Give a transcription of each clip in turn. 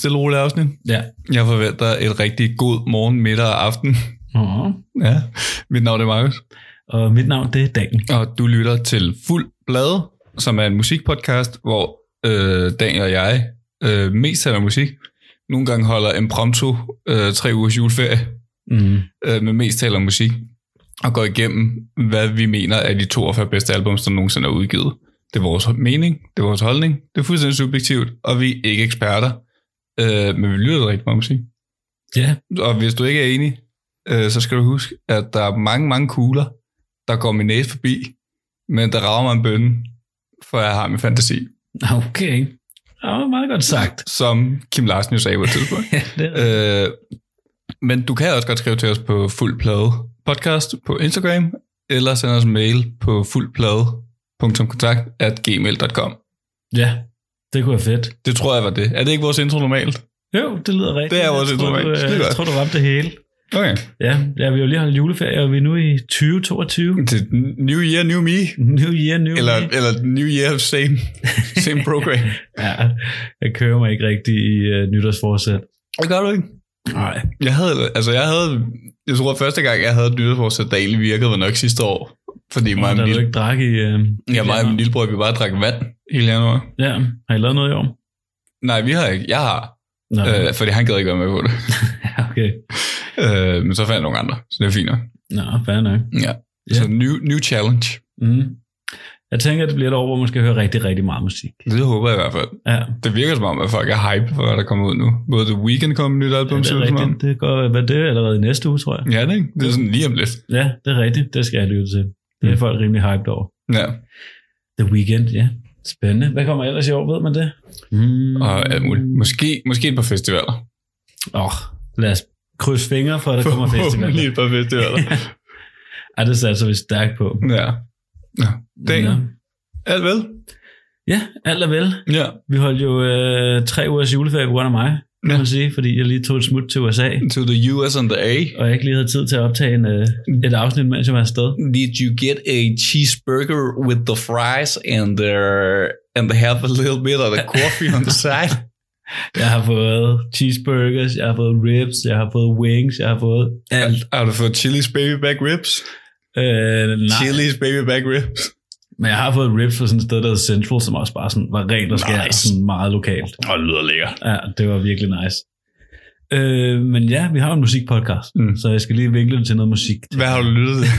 stille og roligt afsnit. Ja. Jeg forventer et rigtig god morgen, middag og aften. Ja. Mit navn er Markus. Og mit navn, det er Daniel. Og du lytter til Fuld Blade, som er en musikpodcast, hvor Daniel og jeg mest taler musik. Nogle gange holder impromptu 3 ugers juleferie, men mest taler musik. Og går igennem, hvad vi mener er de 42 bedste albums, der nogensinde er udgivet. Det er vores mening, det er vores holdning, det er fuldstændig subjektivt, og vi er ikke eksperter, men vi lytter rigtig meget musik. Ja. Og hvis du ikke er enig, så skal du huske, at der er mange kugler, der går min næse forbi, men der rager mig en bønne, for jeg har min fantasi. Okay. Det var meget godt sagt. Som Kim Larsen jo sagde på et tidspunkt. Ja, det er men du kan også godt skrive til os på Fuld Plade podcast på Instagram, eller sende os en mail på fuldplade.kontakt@gmail.com. Ja, det kunne være fedt. Det tror jeg var det. Er det ikke vores intro normalt? Jo, det lyder rigtigt. Det er vores intro normalt. Jeg tror, du ramte det hele. Okay. Ja, vi har jo lige holdt juleferie, og vi er nu i 2022. Det New Year, New Me. New Year, New Me. Eller New Year, same program. Ja, jeg kører mig ikke rigtig i nytårsforsæt. Det gør du ikke. Nej. Jeg tror, at første gang, jeg havde et nytårsforsæt, der egentlig virkede, var nok sidste år. Fordi mig og min ikke drak i... mig og min lillebror, vi bare drak vand hele januar. Ja, har I lavet noget i år? Nej, vi har ikke. Jeg har. Fordi han gad ikke være med på det. Okay. Men så fandt jeg nogle andre, så det er fint nok. Nå, fair nok. Ja. Så new challenge. Jeg tænker, at det bliver et år, hvor man skal høre rigtig, rigtig meget musik. Det håber jeg i hvert fald. Ja. Det virker som om, at folk er hype for, hvad der kommer ud nu. Både The Weeknd kommer med nyt album. Ja, det er rigtigt. Det går, hvad det er allerede i næste uge, tror jeg. Ja, det er sådan lige om lidt. Ja, det er rigtigt. Det skal jeg lytte til. Det er folk rimelig hyped over. Ja. The Weeknd, ja. Spændende. Hvad kommer ellers i år, ved man det? Og alt muligt. Måske et par festivaler. Lad os krydse fingre for, at der kommer festivaler. Lige et par festivaler. Ja, det satser vi stærkt på. Ja. Daniel, alt vel? Ja, alt er vel. Ja. Vi holdt jo 3 ugers juleferie på grund af mig, kan man sige, fordi jeg lige tog et smut til USA. To the US and the A. Og jeg ikke lige havde tid til at optage et afsnit, mens jeg var afsted. Did you get a cheeseburger with the fries and have a little bit of the coffee on the side? Jeg har fået cheeseburgers, jeg har fået ribs, jeg har fået wings, jeg har fået alt. Har du fået Chili's baby back ribs? Nej. Chili's baby back ribs? Men jeg har fået ribs fra sådan et sted, der hedder Central, som også bare sådan var rent og skær, sådan meget lokalt. Det lyder lækkert. Ja, det var virkelig nice. Men ja, vi har en musikpodcast, så jeg skal lige vinkle det til noget musik. Hvad har du lyttet til?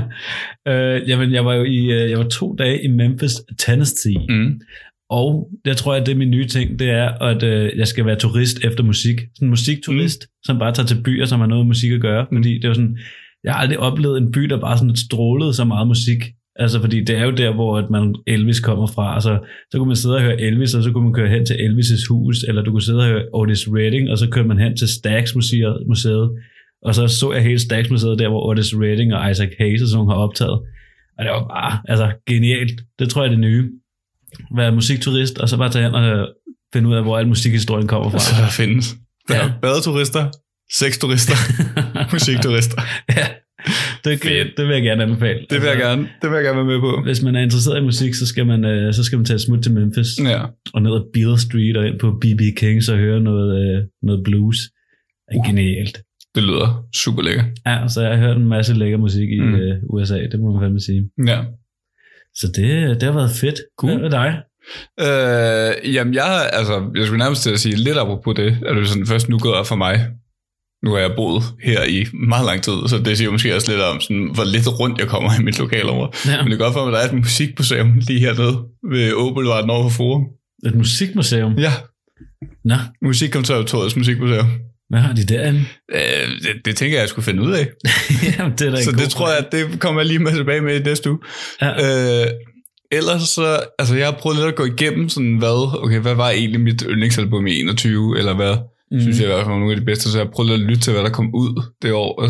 Jamen, jeg var 2 dage i Memphis, Tennessee. Og jeg tror, at det er min nye ting, det er, at jeg skal være turist efter musik. Sådan en musikturist, som bare tager til byer, som har noget med musik at gøre. Fordi det var sådan, jeg har aldrig oplevet en by, der bare sådan strålede så meget musik. Altså, fordi det er jo der, hvor at Elvis kommer fra. Altså, så kunne man sidde og høre Elvis, og så kunne man køre hen til Elvis' hus, eller du kunne sidde og høre Otis Redding, og så kørte man hen til Stax Museet. Og så jeg hele Stax Museet der, hvor Otis Redding og Isaac Hayes og sådan har optaget. Og det var bare, genialt. Det tror jeg er det nye. Være musikturist, og så bare tage hen og finde ud af, hvor al musikhistorien kommer fra. Så der findes. Der er badeturister, sexturister, musikturister. Ja, det vil jeg gerne anbefale. Det vil jeg gerne være med på. Hvis man er interesseret i musik, så skal man tage et smut til Memphis. Ja. Og ned ad Beale Street og ind på B.B. Kings og høre noget blues. Det er genialt. Det lyder super lækker. Ja, så jeg har hørt en masse lækker musik i USA, det må man fandme sige. Ja. Så det har været fedt. Cool. Hvad er dig? Jamen jeg skulle nærmest til at sige lidt apropos det, at det sådan først nu gået op for mig. Nu har jeg boet her i meget lang tid, så det siger måske også lidt om, sådan, hvor lidt rundt jeg kommer i mit lokalområde. Ja. Men det er godt for mig, at der er et musikmuseum lige hernede ved Åboulevarden over for Forum. Et musikmuseum? Ja. Nå. Musikkonservatoriets musikmuseum. Hvad har de derinde? Det tænker jeg skulle finde ud af. Jamen, det er så det tror jeg, at det kommer jeg lige med tilbage med i næste uge. Ja. Ellers så, jeg har prøvet lidt at gå igennem sådan, hvad var egentlig mit yndlingsalbum i 21, eller hvad synes jeg i hvert fald var nogle af de bedste, så jeg har prøvet lidt at lytte til, hvad der kom ud det år,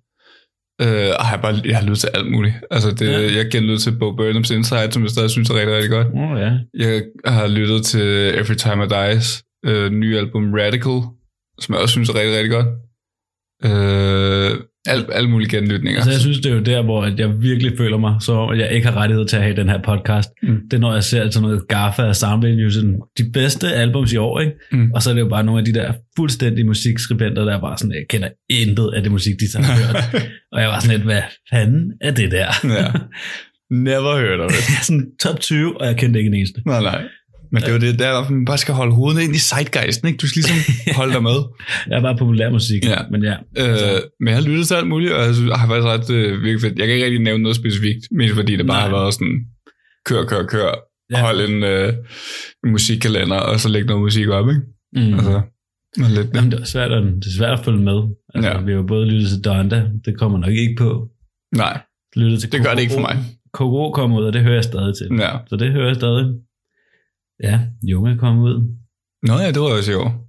jeg har lyttet til alt muligt. Jeg genlyttet til Bo Burnhams Inside, som jeg stadig synes er rigtig, rigtig godt. Ja. Jeg har lyttet til Every Time I Dies nye album Radical, som jeg også synes er rigtig, rigtig godt. Alle mulige genlytninger. Altså, jeg synes, det er jo der, hvor jeg virkelig føler mig, så at jeg ikke har rettighed til at have den her podcast. Det er, når jeg ser sådan noget Gaffa og Soundwave News, de bedste albums i år, ikke? Og så er det jo bare nogle af de der fuldstændige musikskribenter, der er bare sådan, jeg kender intet af det musik, de så har hørt. Og jeg var sådan lidt, hvad fanden er det der? Ja. Never hørt om det. Sådan top 20, og jeg kendte ikke en eneste. Nej. Men det er jo det der, man bare skal holde hovedet ind i zeitgeisten, ikke? Du skal ligesom holde dig med. Jeg er bare populær musik, ja. Men ja. Men jeg har lyttet til alt muligt, og jeg har faktisk ret virkelig fedt. Jeg kan ikke rigtig nævne noget specifikt, mest fordi det bare har været sådan, kør, hold en musikkalender, og så lægge noget musik op, ikke? Altså, lidt. Jamen, det er svært at følge med. Altså, vi har jo både lyttet til Donda, det kommer nok ikke på. Nej, lyttet til det gør det ikke for mig. Koko kommer ud, og det hører jeg stadig til. Ja. Så det hører jeg stadig. Ja, Junge kom ud. Nå ja, det var også i år.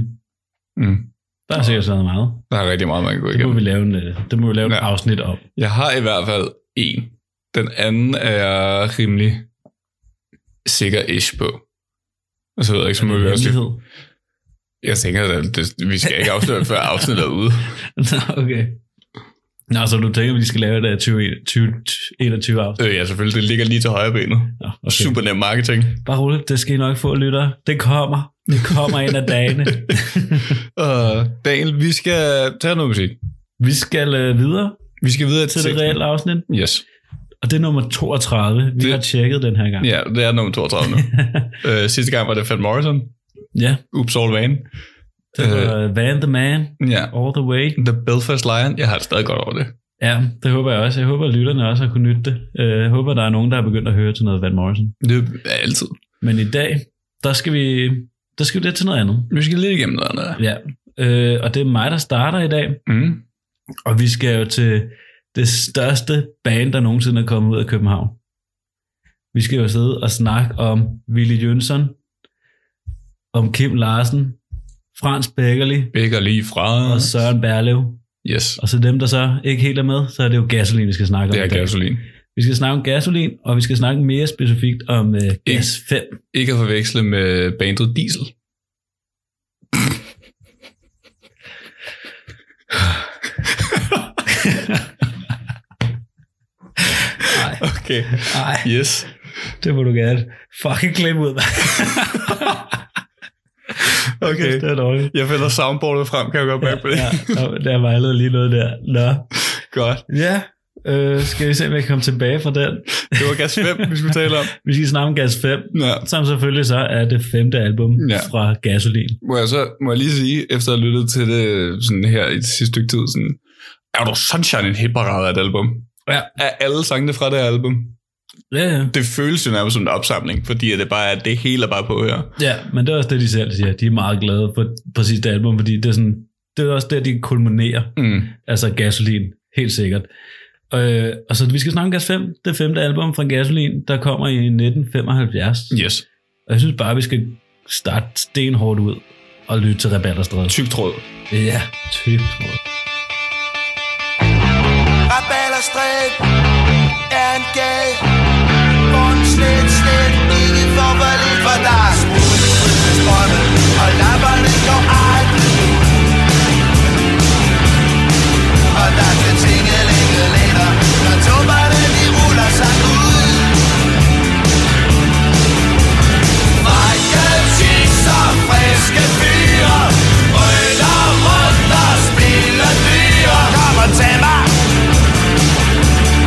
Der er sikkert været meget. Der er rigtig meget, man kan gå igennem. Det må vi lave et afsnit om. Jeg har i hvert fald en. Den anden er jeg rimelig sikker-ish på. Og så ved jeg ikke, så må vi også... Jeg tænker, at vi skal ikke afsløre før afsnittet er ude. Nå, okay. Nå, så du tænker, at vi skal lave det 2021 afsnit? Ja, selvfølgelig. Det ligger lige til højre benet. Ja, okay. Super nem marketing. Bare roligt, det skal I nok få, lyttere. Det kommer ind af dagene. Daniel, vi skal tage noget musik. Vi skal videre. Vi skal videre til det reelle afsnit. Yes. Og det er nummer 32. Vi har tjekket den her gang. Ja, det er nummer 32 nu. Sidste gang var det Van Morrison. Ja. Oops, All Van. Det var Van the Man. Ja. All the way. The Belfast Lion. Jeg har det stadig godt over det. Ja, det håber jeg også. Jeg håber, at lytterne også har kunnet nytte det. Jeg håber, der er nogen, der har begyndt at høre til noget Van Morrison. Det er altid. Men i dag, der skal vi lidt til noget andet. Vi skal lidt igennem noget andet. Ja, og det er mig, der starter i dag. Og vi skal jo til det største band, der nogensinde er kommet ud af København. Vi skal jo sidde og snakke om Willy Jønsson, om Kim Larsen, Frans Beckerli fra og Søren Berlev. Yes. Og så dem, der så ikke helt er med, så er det jo Gasolin, vi skal snakke om. Det er Gasolin. Vi skal snakke om Gasolin, og vi skal snakke mere specifikt om Gas 5. Ikke at forveksle med bandet Diesel. Nej. Okay. Nej. Yes. Det må du gerne. Fucking klemme ud, Okay. Det er dårligt. Jeg finder soundboardet frem, kan jeg godt mærke på det. Ja, der vejlede lige noget der. Nå. Godt. Ja, skal vi se, om jeg kan komme tilbage fra den. Det var Gas 5, vi skulle tale om. Vi skal snakke om Gas 5, som selvfølgelig så er det 5. album fra Gasolin. Må jeg lige sige, efter at have lyttet til det sådan her i det sidste stykke tid, sådan, er du Sunshine en hitparade af et album? Ja. Er alle sangene fra det album? Ja. Det føles jo nærmest som en opsamling, fordi det bare er det hele er bare på her. Ja, men det er også det, de selv siger. De er meget glade for sidste album, fordi det er, sådan, det er også der, de kulminerer. Altså Gasolin, helt sikkert. Og så vi skal snakke om Gas 5, det 5. album fra Gasolin, der kommer i 1975. Yes. Og jeg synes bare, vi skal starte stenhårdt ud og lytte til Rabalderstræde. Tyk tråd. Ja, tyk tråd. Rabalderstræde er en gade, hvor den slet ikke får for lidt, for der er strømme, og lamperne går aldrig ud. Og der kan tinge længe lettere, når tubberne de ruller sig ud. Frække chicks og friske fyre ryller rundt og spiller dyre. Kom og tag mig.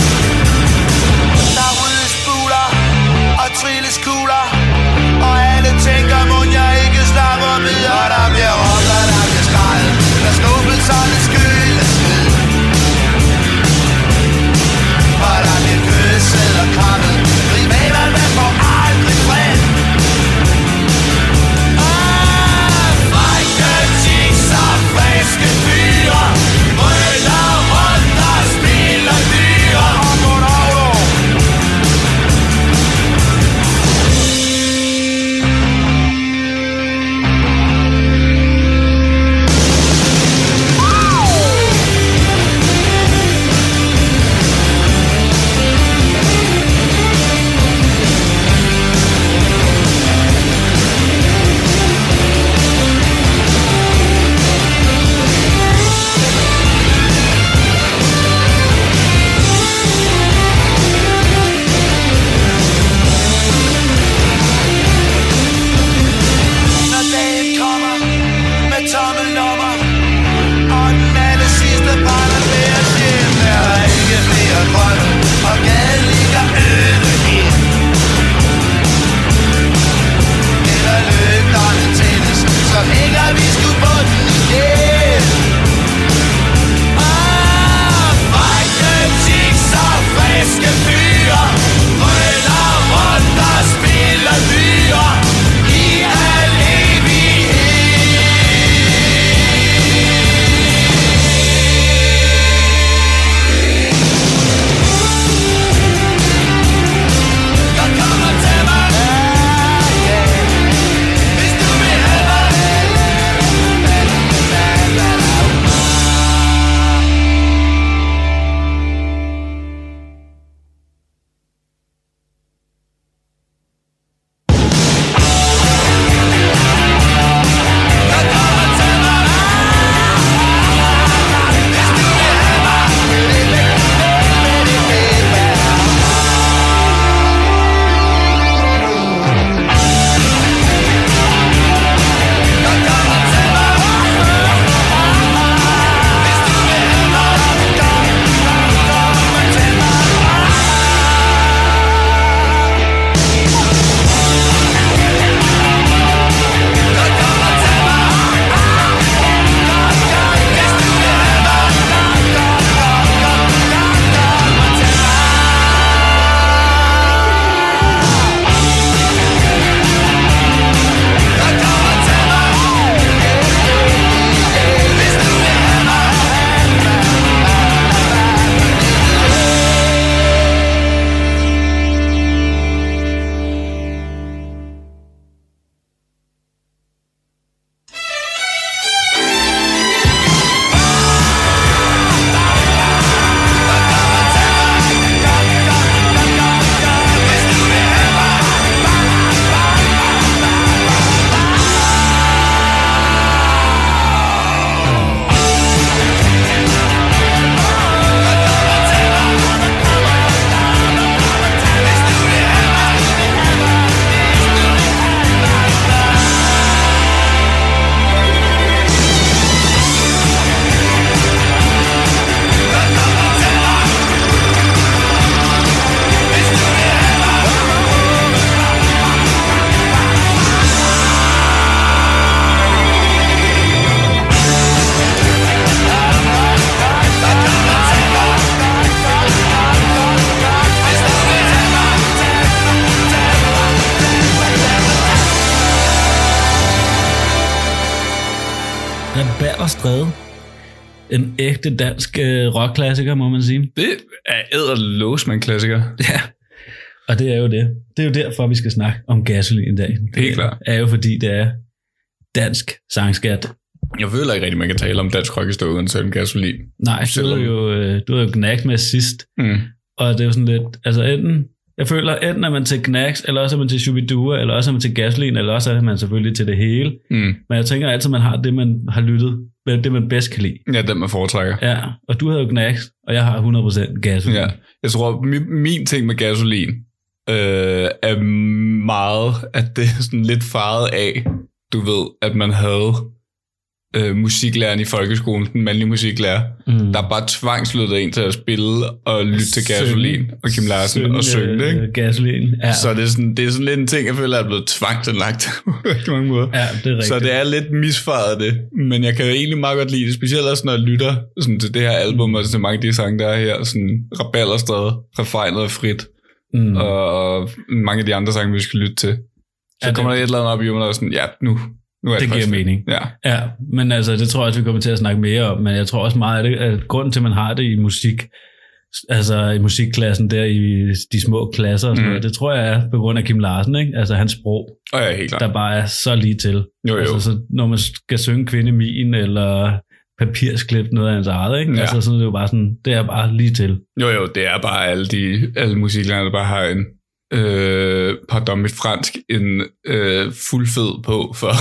Stræde. En ægte dansk rockklassiker, må man sige. Det er edderlåsmand-klassiker. Ja, og det er jo det. Det er jo derfor, vi skal snakke om Gasolin i dag. Helt klart. Det er jo fordi, det er dansk sangskat. Jeg føler ikke rigtig, man kan tale om dansk rockhistorie uden selv Gasolin. Nej, du har jo gnagt med sidst. Og det er jo sådan lidt, altså jeg føler enten er man til Knacks, eller også er man til Shubidua, eller også er man til Gasolin, eller også er man selvfølgelig til det hele. Men jeg tænker altid, man har det, man har lyttet, det man bedst kan lide. Ja, den man foretrækker. Ja, og du havde jo Knacks, og jeg har 100% Gasolin. Ja, jeg tror, min ting med Gasolin er meget, at det er sådan lidt faret af, du ved, at man havde musiklæreren i folkeskolen, den mandlige musiklærer, der bare tvangslyttede en til at spille og lytte til Gasolin og Kim Larsen og synge, ikke? Gasolin, ja. Så det er sådan lidt en ting, jeg føler er blevet tvangsindlagt på rigtig mange måder. Ja, det er rigtigt. Så det er lidt misfaret det, men jeg kan jo egentlig meget godt lide det, specielt også når jeg lytter sådan, til det her album, og til mange af de sange, der er her, sådan Rabalderstræde, Refinet og Frit, og mange af de andre sange, vi skal lytte til. Så kommer der et eller andet op i mig, der er sådan, ja, nu er det giver mening. Ja, men altså, det tror jeg også, vi kommer til at snakke mere om, men jeg tror også meget af det, at grunden til, at man har det i musik, altså i musikklassen der, i de små klasser og sådan noget, det tror jeg er på grund af Kim Larsen, ikke? Altså hans sprog, helt klart. Der bare er så lige til. Jo. Altså, så når man skal synge Kvinde Min, eller papirsklip, noget af hans eget, ikke? Ja. Altså sådan, det er jo bare sådan, det er bare lige til. Jo, det er bare alle musiklærere, der bare har en pardon mit fransk, en fuldfed på for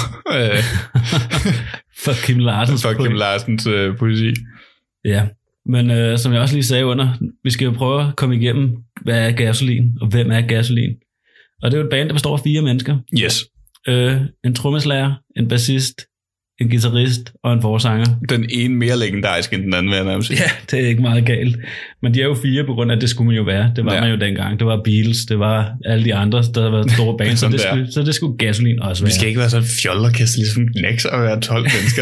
for Kim Larsens poesi. Ja, men som jeg også lige sagde under, vi skal jo prøve at komme igennem, hvad er Gasolin, og hvem er Gasolin. Og det er jo et band, der består af 4 mennesker. Yes. En trommeslager, en bassist, en guitarist og en forsanger. Den ene mere legendarisk end den anden, vil jeg nærmest sige. Ja, det er ikke meget galt. Men de er jo 4 på grund af, at det skulle man jo være. Det var man jo dengang. Det var Beatles, det var alle de andre, der var store bands, så det skulle Gasolin også være. Vi skal ikke være sådan en fjollerkast, ligesom Knacks og være 12 mennesker.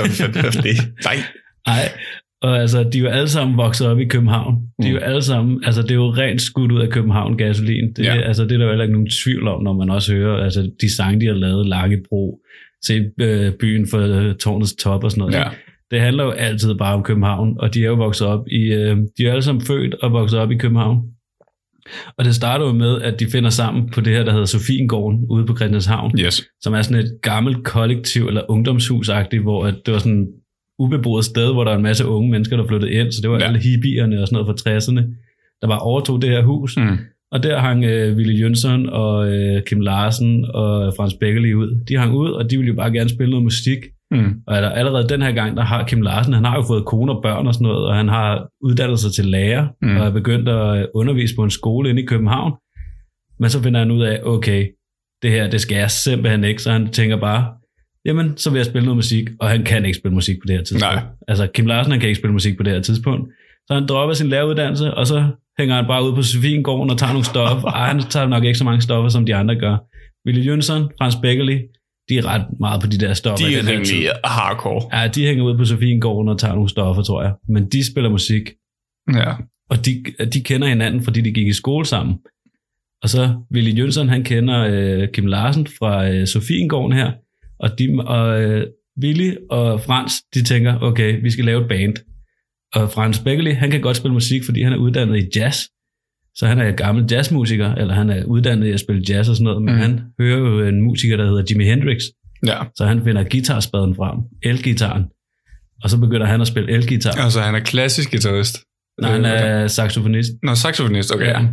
Nej. Og altså, de er jo alle sammen vokset op i København. De er jo alle sammen, altså det er jo rent skudt ud af København, Gasolin. Det er der jo heller ikke nogen tvivl om, når man også hører, altså de sange, de har lavet, Langebro, se byen for tårnets top og sådan noget. Ja. Det handler jo altid bare om København, og de er jo vokset op i, de er alle sammen født og vokset op i København. Og det starter jo med, at de finder sammen på det her, der hedder Sofiengården ude på Christianshavn, som er sådan et gammelt kollektiv eller ungdomshusagtigt, hvor det var sådan ubeboet sted, hvor der var en masse unge mennesker, der flyttede ind, så det var alle hippierne og sådan noget fra 60'erne, der bare overtog det her hus. Og der hang Willy Jønsson og Kim Larsen og Frans Beckerli ud. De hang ud, og de ville jo bare gerne spille noget musik. Og allerede den her gang, der har Kim Larsen, han har jo fået kone og børn og sådan noget, og han har uddannet sig til lærer, og er begyndt at undervise på en skole inde i København. Men så finder han ud af, okay, det her, det skal jeg simpelthen ikke, så han tænker bare, jamen, så vil jeg spille noget musik, og han kan ikke spille musik på det her tidspunkt. Nej. Altså, Kim Larsen, han kan ikke spille musik på det her tidspunkt. Så han dropper sin læreruddannelse, og så hænger han bare ud på Sofiengården og tager nogle stoffer. Han tager nok ikke så mange stoffer, som de andre gør. Willy Jønsson, Frans Beckerli, de er ret meget på de der stoffer. De er rimelig hardcore. Ja, de hænger ud på Sofiengården og tager nogle stoffer, tror jeg. Men de spiller musik. Ja. Og de kender hinanden, fordi de gik i skole sammen. Og så Willy Jønsson, han kender Kim Larsen fra Sofiengården her. Og Willy og Frans, de tænker, okay, vi skal lave et band. Og Frans Beckerli, han kan godt spille musik, fordi han er uddannet i jazz. Så han er en gammel jazzmusiker, eller han er uddannet i at spille jazz og sådan noget, men han hører jo en musiker, der hedder Jimi Hendrix. Ja. Så han finder guitarspaden frem, elgitaren, og så begynder han at spille elgitar. Altså han er klassisk guitarist? Nej, han er saxofonist. Nå, saxofonist, okay. Ja.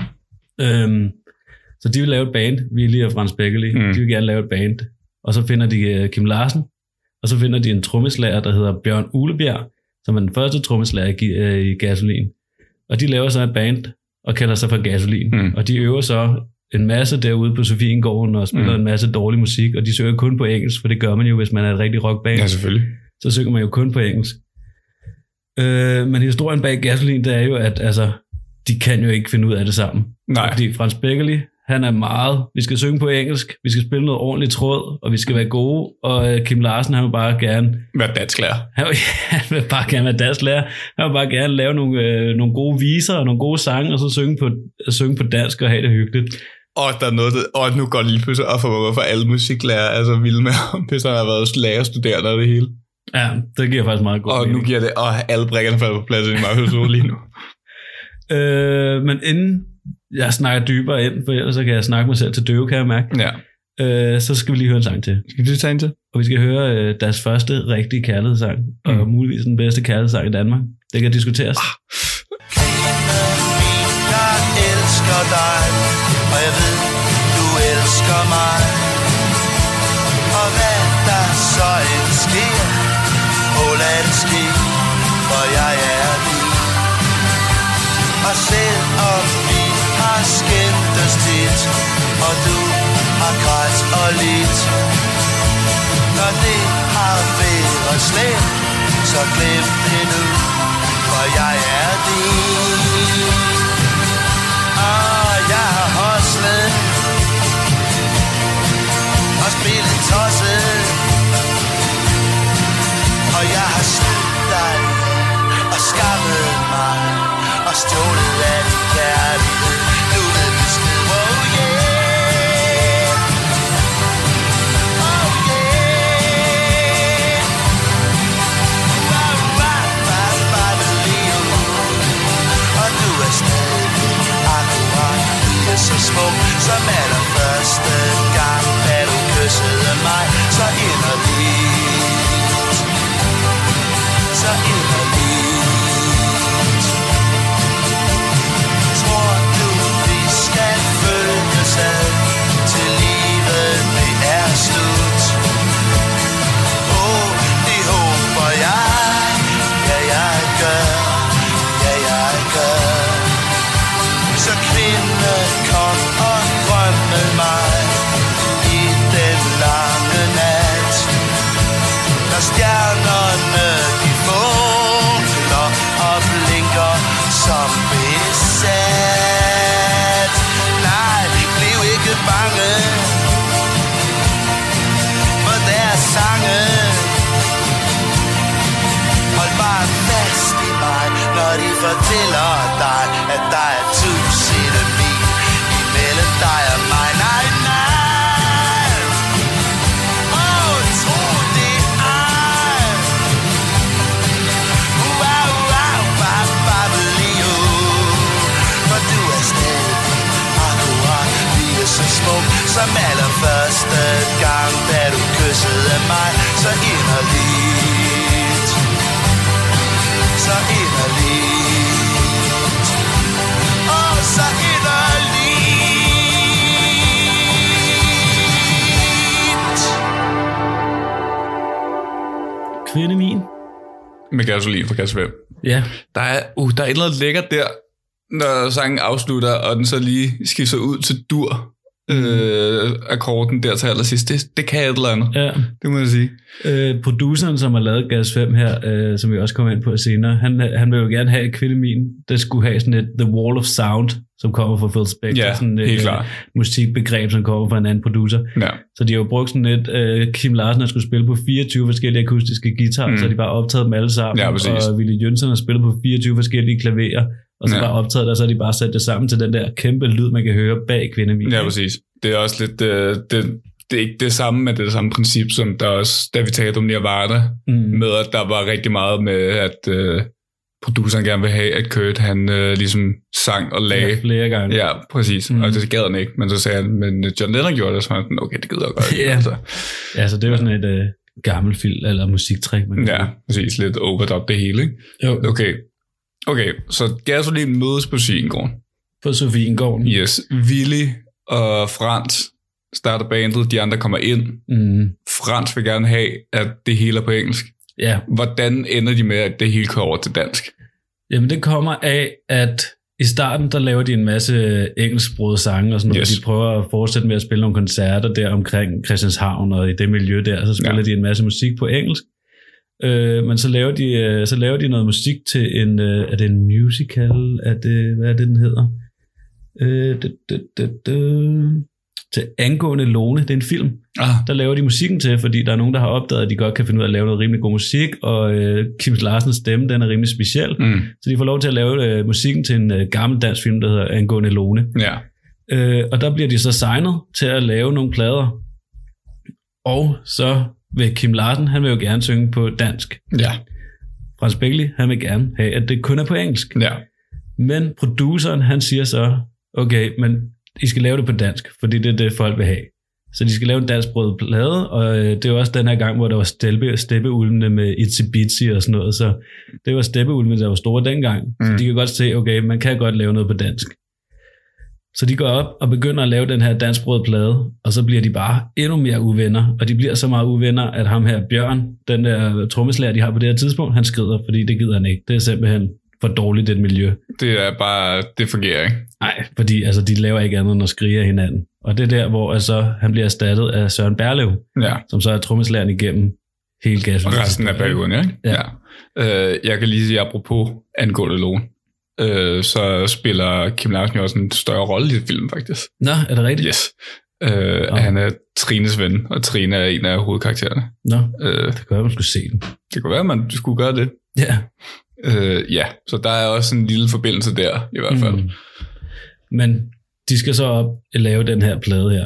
Så de vil lave et band, Willy og Frans Beckerli, de vil gerne lave et band. Og så finder de Kim Larsen, og så finder de en trommeslager, der hedder Bjørn Ulebjerg, som er den første trommeslager i Gasolin. Og de laver så et band, og kalder sig for Gasolin. Og de øver så en masse derude på Sofiengården, og spiller en masse dårlig musik, og de synger kun på engelsk, for det gør man jo, hvis man er et rigtig rockband. Ja, selvfølgelig. Så synger man jo kun på engelsk. Men historien bag Gasolin, det er jo, at altså, de kan jo ikke finde ud af det sammen. Nej. Fordi Frans Beckerli, han er meget, vi skal synge på engelsk, vi skal spille noget ordentligt tråd, og vi skal være gode, og Kim Larsen, han vil bare gerne være dansklærer. Han vil bare gerne være dansklærer. Han vil bare gerne lave nogle gode viser og nogle gode sange, og så synge på dansk og have det hyggeligt. Og der er noget, og nu går det lige pludselig op for mig, hvorfor alle musiklærer er så vilde med, hvis han har været lærerstuderende og det hele. Ja, det giver faktisk meget god mening. Og nu giver det, alle brækkerne falder på plads i mig hos lige nu. Men inden jeg snakker dybere ind, for ellers så kan jeg snakke mig selv til døve, kan jeg mærke. Ja. Så skal vi lige høre en sang til. Skal vi tage en til? Og vi skal høre deres første rigtige kærlighedssang, og muligvis den bedste kærlighedssang i Danmark. Det kan diskuteres. Jeg elsker dig, og jeg ved, du elsker mig. Og hvad der så end sker, lad det ske, for jeg er din. Og selvom vi har skændtes tit, og du har grædt og lidt, når det har været slemt, så glem det nu, for jeg er din. Og jeg har hostlet og spillet tosset, og jeg har snydt dig og skammet mig og stjålet af din kærlighed. Nu ved du skid, oh yeah, oh yeah. Og du er stadig akkurat lige så smuk som allerførste gang, da du kyssede mig så inderligt, så inderligt. Tror du, vi skal følges ad, til livet det er slut? Det håber jeg, ja jeg gør, ja jeg gør. Så kvinde, kom og drøm med mig i den lange nat, når stjernerne de funkler og blinker som besat. Nej, bliv ikke bange for deres sange. Hold bare fast i mig, når de fortæller dig, at der er 1000 mil imellem dig og mig. Nej, nej, tro det ej. For du er stadig akkurat lige så smuk som allerførste gang, da du kyssede mig så inderligt, så inderligt, så inderligt. Kvinde min. Med gasolin fra kasse 5. Ja. Der er et eller andet lækkert der, når sangen afslutter, og den så lige skifter ud til dur. Akkorden der til allersidst. Det kan et eller andet. Ja. Det må jeg sige. Produceren, som har lavet Gas 5 her, som vi også kommer ind på senere, han vil jo gerne have et kvindemin, der skulle have sådan et The Wall of Sound, som kommer fra Phil Spector. Ja, sådan helt klart. Musikbegreb, som kommer fra en anden producer. Ja. Så de har jo brugt sådan et, Kim Larsen har skulle spille på 24 forskellige akustiske guitarer, så de bare optaget dem alle sammen. Ja, præcis. Og Willy Jønsson har spillet på 24 forskellige klaverer, og så bare optaget der, så har de bare sat det sammen til den der kæmpe lyd, man kan høre bag kvindemin. Ja, præcis. Det er også lidt... Det er ikke det samme, men det er det samme princip, som der også, da vi talte om Nirvana, med at der var rigtig meget med, at produceren gerne vil have, at Kurt, han ligesom sang og lagde. Ja, flere gange. Ja, præcis. Og det gad han ikke, men så sagde han, men John Lennon gjorde det, så han, okay, det gider jeg godt. Ja. Ja, så det var sådan et gammelt film, eller musiktræk. Ja, præcis. Lidt overdub det hele, ikke? Jo. Okay, så Gasolin mødes på Sofiengården. På Sofiengården. Yes. Willy og Frans starter bandet, de andre kommer ind. Frans vil gerne have, at det hele er på engelsk. Ja. Hvordan ender de med, at det hele kører over til dansk? Jamen det kommer af, at i starten, der laver de en masse engelsksprogede sange og sådan noget. De prøver at fortsætte med at spille nogle koncerter der omkring Christianshavn og i det miljø der, så spiller de en masse musik på engelsk. Men så laver de noget musik til en, er det en musical? Hvad er det, den hedder? Til Angående Lone, det er en film. Der laver de musikken til, fordi der er nogen, der har opdaget, at de godt kan finde ud af at lave noget rimelig god musik, og Kim Larsens stemme, den er rimelig speciel. Så de får lov til at lave musikken til en gammel dansk film, der hedder Angående Lone. Ja. Og der bliver de så signet til at lave nogle plader. Og så ved Kim Larsen, han vil jo gerne synge på dansk. Ja. Frans Beckerli, han vil gerne have, at det kun er på engelsk. Ja. Men produceren, han siger så, okay, men I skal lave det på dansk, fordi det er det, folk vil have. Så de skal lave en dansksproget plade, og det er jo også den her gang, hvor der var steppeulmene med Itsy Bitsy og sådan noget, så det var steppeulmene, der var store dengang. Så de kan godt se, okay, man kan godt lave noget på dansk. Så de går op og begynder at lave den her dansksproget plade, og så bliver de bare endnu mere uvenner, og de bliver så meget uvenner, at ham her Bjørn, den der trommeslager, de har på det her tidspunkt, han skrider, fordi det gider han ikke. Det er simpelthen for dårligt, det miljø. Det er bare, det fungerer ikke. Nej, fordi altså, de laver ikke andet end at skrige af hinanden. Og det er der, hvor altså, han bliver erstattet af Søren Berlev, som så er trommeslageren igennem hele gassen. Og resten af perioden, ikke? Ja. Jeg kan lige sige, apropos angående Lone, så spiller Kim Larsen jo også en større rolle i filmen, faktisk. Nå, er det rigtigt? Yes. Han er Trines ven, og Trine er en af hovedkaraktererne. Nå, det kunne være, man skulle se den. Det kunne være, at man skulle gøre det. Ja. Ja, så der er også en lille forbindelse der, i hvert fald. Men de skal så op og lave den her plade her.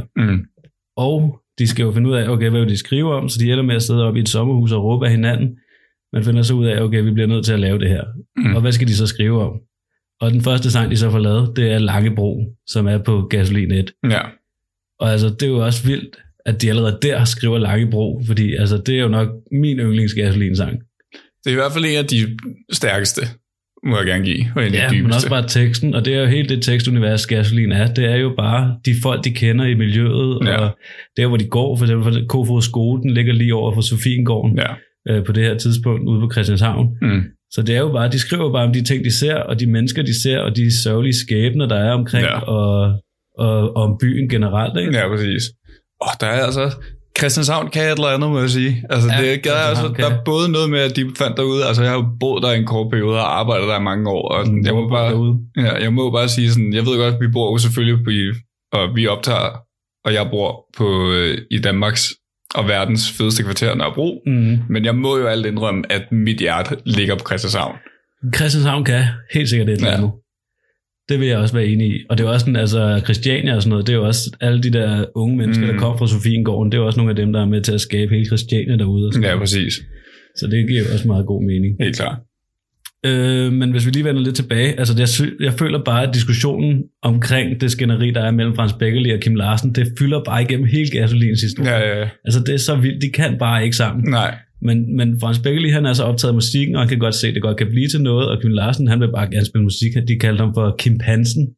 Og de skal jo finde ud af, okay, hvad vil de skrive om, så de ender med at sidde op i et sommerhus og råbe af hinanden. Man finder så ud af, okay, vi bliver nødt til at lave det her. Og hvad skal de så skrive om? Og den første sang, de så får lavet, det er Langebro, som er på Gasolin 1. Ja. Og altså, det er jo også vildt, at de allerede der skriver Langebro, fordi altså, det er jo nok min yndlingsgasolin-sang. Det er i hvert fald en af de stærkeste, må jeg gerne give. Ja, men også bare teksten, og det er jo helt det tekstunivers, Gasolin er. Det er jo bare de folk, de kender i miljøet, og der, hvor de går, for eksempel Kofoeds skole, den ligger lige over for Sofiengården på det her tidspunkt, ude på Christianshavn. Så det er jo bare, de skriver bare om de ting, de ser, og de mennesker, de ser, og de sørgelige skæbner, der er omkring, og om byen generelt, ikke? Ja, præcis. Der er altså... Christianshavn kan et eller andet, må jeg sige. Altså, ja, det gør altså, der er både noget med, at de fandt derude. Altså, jeg har jo boet der en kort periode og arbejdet der i mange år. Og jeg må bare sige sådan, jeg ved godt, at vi bor jo selvfølgelig og vi optager, og jeg bor i Danmarks og verdens fedeste kvarter, Nørrebro. Men jeg må jo alt indrømme, at mit hjerte ligger på Christianshavn. Christianshavn kan helt sikkert et eller andet. Det vil jeg også være enig i. Og det er også sådan, altså Christiania og sådan noget, det er jo også alle de der unge mennesker, der kom fra Sofiengården, det er jo også nogle af dem, der er med til at skabe hele Christiania derude. Og sådan ja, præcis. Så det giver jo også meget god mening. Helt klart. Men hvis vi lige vender lidt tilbage, altså jeg føler bare, at diskussionen omkring det skænderi, der er mellem Frans Beckerli og Kim Larsen, det fylder bare igennem hele Gasolins historie. Ja. Altså det er så vildt, de kan bare ikke sammen. Nej. Men Frans Beckerli, han er så optaget af musikken, og han kan godt se, at det godt kan blive til noget, og Kim Larsen, han vil bare gerne spille musik. De kaldte ham for Kim Pansen,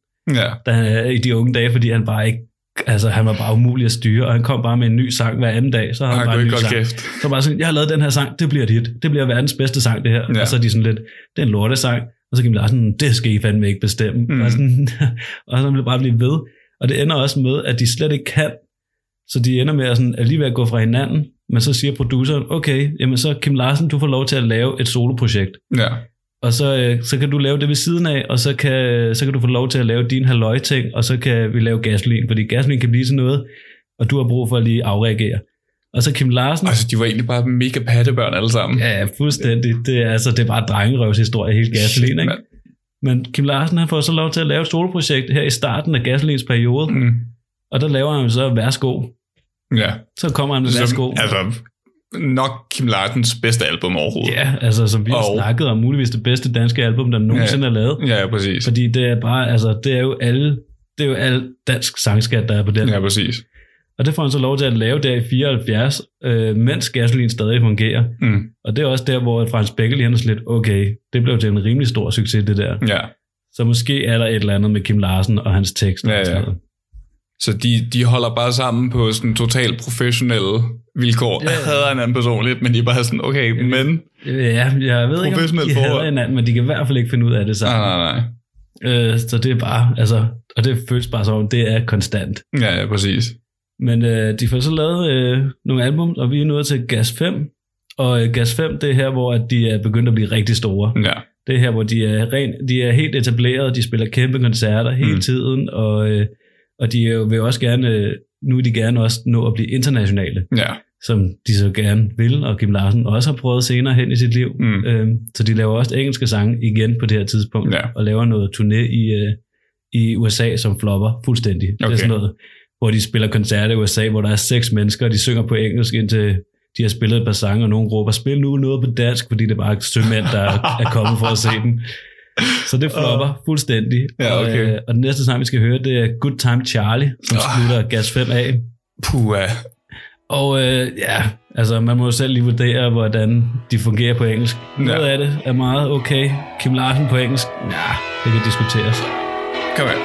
i de unge dage, fordi han bare ikke, altså han var bare umulig at styre, og han kom bare med en ny sang hver anden dag, så han bare en ny sang. Kæft. Så bare sådan, jeg har lavet den her sang, det bliver et hit, det bliver verdens bedste sang det her, og så er de sådan lidt, det er en lortesang, og så Kim Larsen, det skal I fandme ikke bestemme, og så vil det bare blive ved, og det ender også med, at de slet ikke kan, så de ender med at sådan, alligevel at gå fra hinanden. Men så siger produceren, okay, jamen så Kim Larsen, du får lov til at lave et soloprojekt. Ja. Og så kan du lave det ved siden af, og så kan du få lov til at lave din halløj-ting, og så kan vi lave Gasolin, fordi Gasolin kan blive til noget, og du har brug for at lige afreagere. Og så Kim Larsen... Altså, de var egentlig bare mega pattebørn alle sammen. Ja, fuldstændig. Det er bare drengerøvshistorie, hele Gasolin, ikke? Men Kim Larsen, han får så lov til at lave et soloprojekt her i starten af Gasolins periode, og der laver han så Værsgo. Ja. Så kommer han med Værsgo. Altså, nok Kim Larsens bedste album overhovedet. Ja, altså som vi har snakket om, muligvis det bedste danske album, der nogensinde er lavet. Ja, præcis. Fordi det er bare, altså, det er jo alle dansk sangskat, der er på den. Ja, præcis. Og det får han så lov til at lave der i 74, mens Gasolin stadig fungerer. Og det er også der, hvor Frans Beckerli han er lidt, okay, det blev til en rimelig stor succes, det der. Ja. Så måske er der et eller andet med Kim Larsen og hans tekst. Ja. Så de holder bare sammen på sådan totalt professionelle vilkår. Jeg hader hinanden personligt, men de er bare sådan, okay, men... Ja, jeg ved ikke, om de hader hinanden, men de kan i hvert fald ikke finde ud af det sammen. Nej. Så det er bare, altså... Og det føles bare som, det er konstant. Ja, præcis. Men de får så lavet nogle album, og vi er nået til Gas 5. Og Gas 5, det er her, hvor de er begyndt at blive rigtig store. Ja. Det er her, hvor de er helt etableret, de spiller kæmpe koncerter hele tiden, og de vil jo også gerne, nu vil de gerne også nå at blive internationale, som de så gerne vil, og Kim Larsen også har prøvet senere hen i sit liv. Så de laver også engelske sange igen på det her tidspunkt, og laver noget turné i USA, som flopper fuldstændig. Okay. Det er sådan noget, hvor de spiller koncerter i USA, hvor der er 6 mennesker, og de synger på engelsk, indtil de har spillet et par sange, og nogen råber, spil nu noget på dansk, fordi det er bare sømænd, der er kommet for at se den. Så det flopper fuldstændig. Ja, okay. Og den næste sang, vi skal høre, det er Good Time Charlie, som slutter Gas 5 af. Puha. Og altså man må jo selv lige vurdere, hvordan de fungerer på engelsk. Noget af det er meget okay. Kim Larsen på engelsk, det kan diskuteres. Kom her.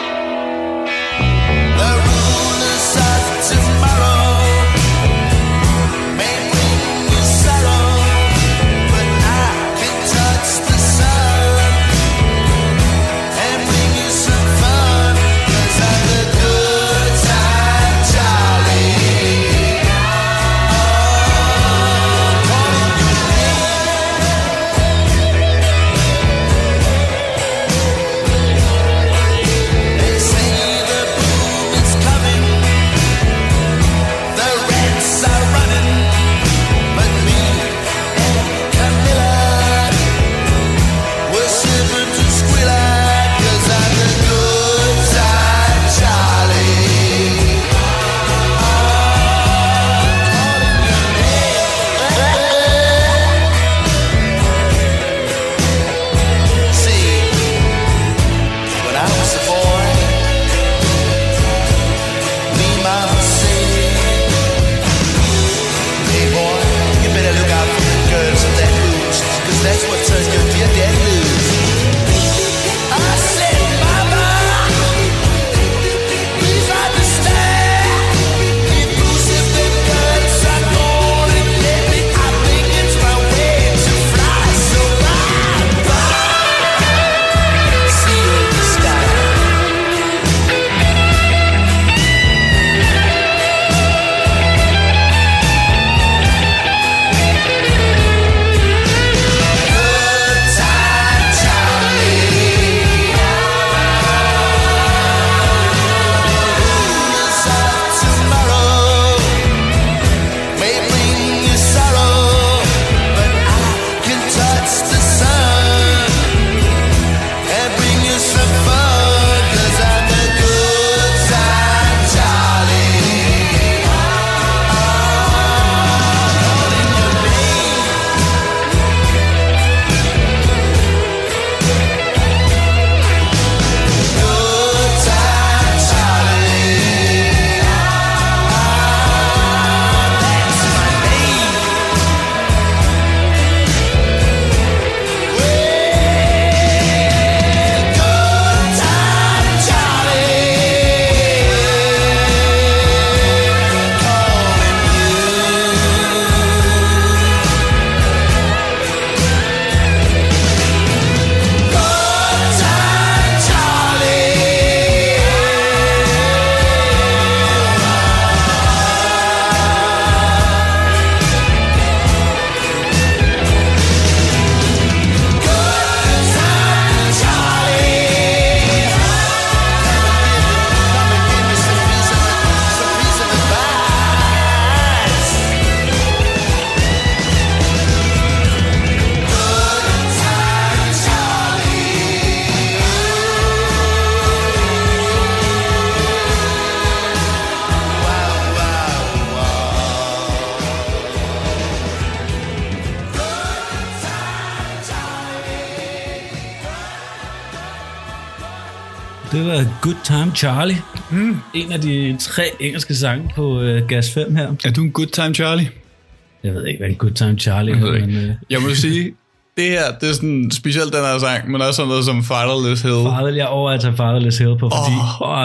Det var Good Time Charlie. En af de 3 engelske sange på Gas 5 her. Er du en Good Time Charlie? Jeg ved ikke, hvad en Good Time Charlie er. Men, jeg må sige, det her, det er sådan, specielt den her sang, men også sådan noget som Fatherless Hill. Jeg overvejer at tage Fatherless Hill på, fordi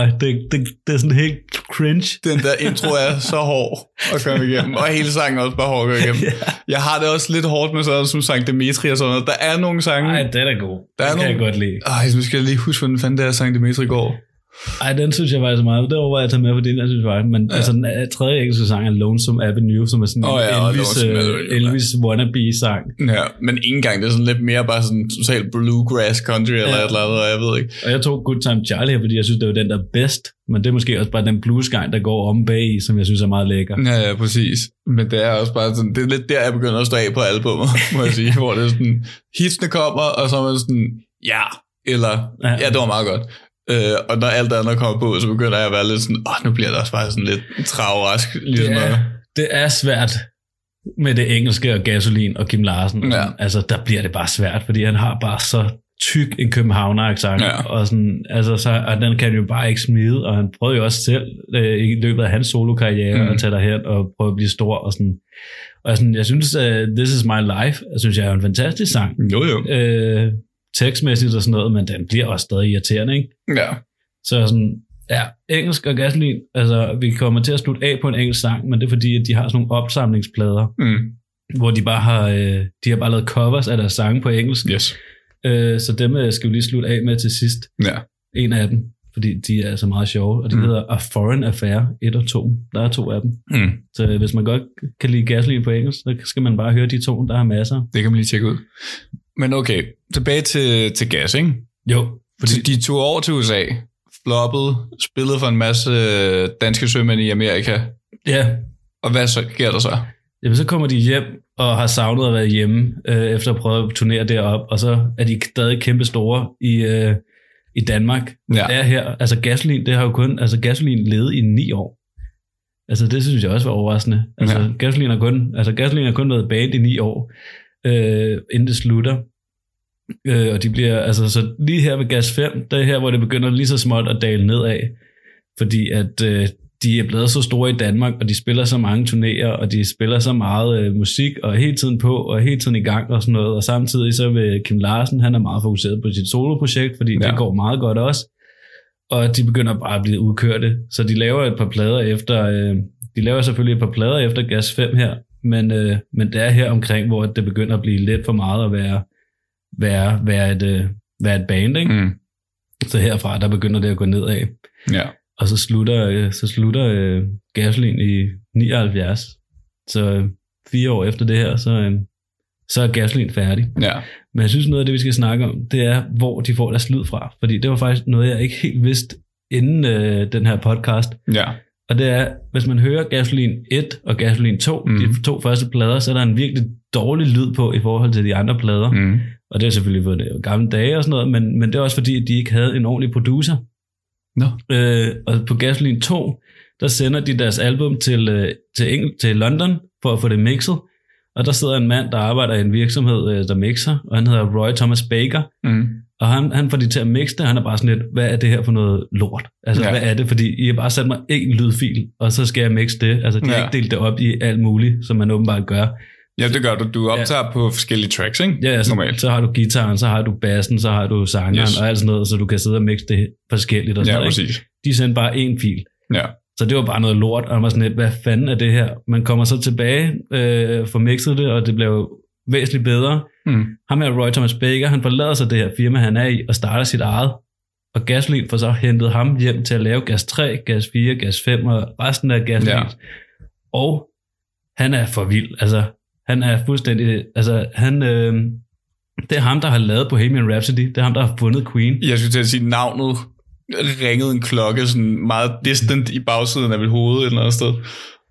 det er sådan helt cringe. Den der intro er så hård at komme igennem, og hele sangen er også bare hård at komme igennem. Jeg har det også lidt hårdt med sådan som sang Dimitri og sådan noget. Der er nogle sange... Nej, den er god. Den kan jeg godt lide. Nu skal jeg lige huske, hvordan fanden det er sang Dimitri går. Ej, den synes jeg faktisk meget. Det overvejer jeg at tage med, fordi den synes jeg faktisk. Men altså, den tredje engelske sang er Lonesome Avenue, som er sådan en Elvis wannabe-sang. Ja, men ikke engang. Det er sådan lidt mere bare sådan totalt bluegrass country eller et eller andet, jeg ved ikke. Og jeg tog Good Time Charlie her, fordi jeg synes, det var den, der er bedst. Men det er måske også bare den bluesgang, der går om bag i, som jeg synes er meget lækker. Ja, præcis. Men det er også bare sådan, det er lidt der, jeg begynder at stå af på albumet, må jeg sige. Hvor det er sådan, hitsene kommer, og så er man sådan, eller, det var meget godt. Og når alt andet kommer på, så begynder jeg at være lidt sådan, nu bliver det også bare sådan lidt travrask. Ligesom det er svært med det engelske og Gasolin og Kim Larsen. Og altså, der bliver det bare svært, fordi han har bare så tyk en københavner-accent, og sådan, altså, og den kan jo bare ikke smide, og han prøvede jo også selv i løbet af hans solo-karriere at tage derhen og prøve at blive stor, og sådan. Og sådan, jeg synes, This Is My Life, jeg synes, jeg er en fantastisk sang. Jo. Tekstmæssigt og sådan noget, men den bliver også stadig irriterende, ikke? Ja. Så sådan, engelsk og Gasolin, altså, vi kommer til at slutte af på en engelsk sang, men det er fordi, at de har sådan nogle opsamlingsplader, hvor de bare har, de har bare lavet covers af deres sange på engelsk. Yes. Så dem skal vi lige slutte af med til sidst. Ja. En af dem, fordi de er så meget sjove, og de hedder A Foreign Affair 1 og 2. Der er 2 af dem. Så hvis man godt kan lide Gasolin på engelsk, så skal man bare høre de 2, der har masser. Det kan man lige tjekke ud. Men okay, tilbage til Gas, ikke? Jo. Fordi de tog over til USA, floppede, spillede for en masse danske sømænd i Amerika. Ja. Og hvad så sker der så? Jamen, så kommer de hjem og har savnet at være hjemme, efter at prøve at turnere derop, og så er de stadig kæmpe store i Danmark. Ja. Er her, altså Gasolin, det har jo kun, altså Gasolin levet i 9 år. Altså det synes jeg også var overraskende. Altså Gasolin har kun været band i 9 år, inden det slutter. Og de bliver, altså så lige her ved Gas 5, det er her, hvor det begynder lige så småt at dale nedad, fordi at de er blevet så store i Danmark, og de spiller så mange turnéer, og de spiller så meget musik, og hele tiden på, og hele tiden i gang og sådan noget, og samtidig så vil Kim Larsen, han er meget fokuseret på sit soloprojekt, fordi det går meget godt også, og de begynder bare at blive udkørte, så de laver et par plader efter, de laver selvfølgelig et par plader efter Gas 5 her, men det er her omkring, hvor det begynder at blive lidt for meget at være et band, ikke? Så herfra, der begynder det at gå nedad. Ja. Og så slutter Gasolin i 79. Så 4 år efter det her, så er Gasolin færdig. Ja. Men jeg synes, noget af det, vi skal snakke om, det er, hvor de får deres lyd fra. Fordi det var faktisk noget, jeg ikke helt vidste inden den her podcast. Ja. Og det er, hvis man hører Gasolin 1 og Gasolin 2, de 2 første plader, så er der en virkelig dårlig lyd på i forhold til de andre plader. Og det er selvfølgelig for det gamle dage og sådan noget, men det er også fordi, at de ikke havde en ordentlig producer. No. Og på Gasolin 2, der sender de deres album til London for at få det mixet, og der sidder en mand, der arbejder i en virksomhed, der mixer, og han hedder Roy Thomas Baker, og han får de til at mixe det, han er bare sådan lidt, hvad er det her for noget lort? Altså, hvad er det? Fordi I har bare sat mig en lydfil, og så skal jeg mixe det. Altså, de har ikke delt det op i alt muligt, som man åbenbart gør. Ja, det gør du. Du optager på forskellige tracks, ikke? Ja, så har du guitaren, så har du bassen, så har du sangeren og alt sådan noget, så du kan sidde og mixe det forskelligt og sådan noget. Præcis. De sendte bare én fil. Ja. Så det var bare noget lort, og man var sådan lidt, hvad fanden er det her? Man kommer så tilbage, får mixet det, og det blev væsentligt bedre. Ham her, Roy Thomas Baker, han forlader sig det her firma, han er i, og starter sit eget. Og Gasolin får så hentet ham hjem til at lave Gas 3, Gas 4, Gas 5 og resten af Gasolin. Ja. Og han er for vild, altså han er fuldstændig, altså det er ham, der har lavet Bohemian Rhapsody, det er ham, der har fundet Queen. Jeg skulle til at sige, navnet ringede en klokke sådan meget distant i bagsiden af mit hoved et eller andet sted.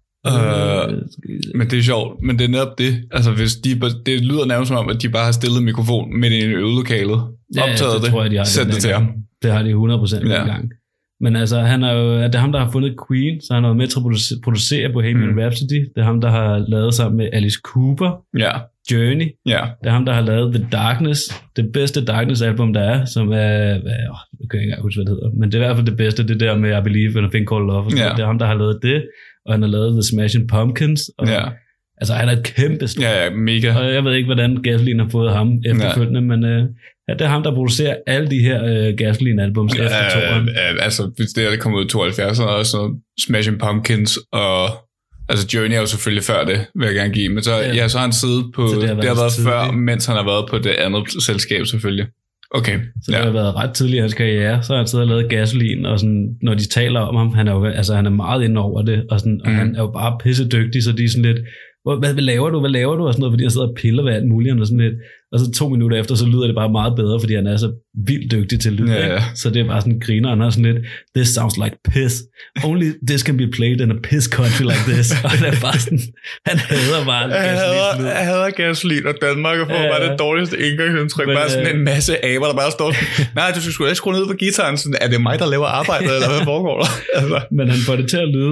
Men det er sjovt, men det er netop det. Altså hvis det lyder nærmest som om, at de bare har stillet mikrofon midt i øvelokalet, optaget det, tror jeg, de har sendt det til ham. Det har de 100% i gang. Men altså, det er ham, der har fundet Queen, så han har været med til at producere Bohemian Rhapsody. Det er ham, der har lavet sammen med Alice Cooper, Journey. Det er ham, der har lavet The Darkness, det bedste Darkness-album, der er, som er, jeg kan ikke engang huske, hvad det hedder, men det er i hvert fald det bedste, det der med I Believe in a Thing Called Love. Det er ham, der har lavet det, og han har lavet The Smashing Pumpkins. Og, altså, han er et kæmpe stor. Ja, mega. Og jeg ved ikke, hvordan Gasolin har fået ham efterfølgende, men det er ham, der producerer alle de her Gasolin-albums efter toeren. Altså, hvis det kommer ud i 72, så er der også Smashing Pumpkins, og altså Journey er jo selvfølgelig før det, vil jeg gerne give, men så, så har han siddet på, det har været før, mens han har været på det andet selskab selvfølgelig. Okay. Så det har været ret tidligt i hans karriere, så har han siddet og lavet Gasolin, og sådan, når de taler om ham, han er jo, altså han er meget inde over det, og, sådan, og han er jo bare pissedygtig, så de er sådan lidt, hvad laver du, og sådan noget, fordi han sidder og piller ved alt muligt, og sådan lidt, og så 2 minutter efter, så lyder det bare meget bedre, fordi han er så vildt dygtig til lyd, så det er bare sådan griner, han er sådan lidt, this sounds like piss, only this can be played in a piss country like this, og det er bare sådan, han hader bare Gasolin. Jeg hader Gasolin, og Danmark får bare det dårligste indgangsindtryk, bare sådan en masse aber, der bare står, nej, du skulle ikke skrue ned på guitaren, sådan, er det mig, der laver arbejdet, eller hvad foregår der? Altså. Men han får det til at lyde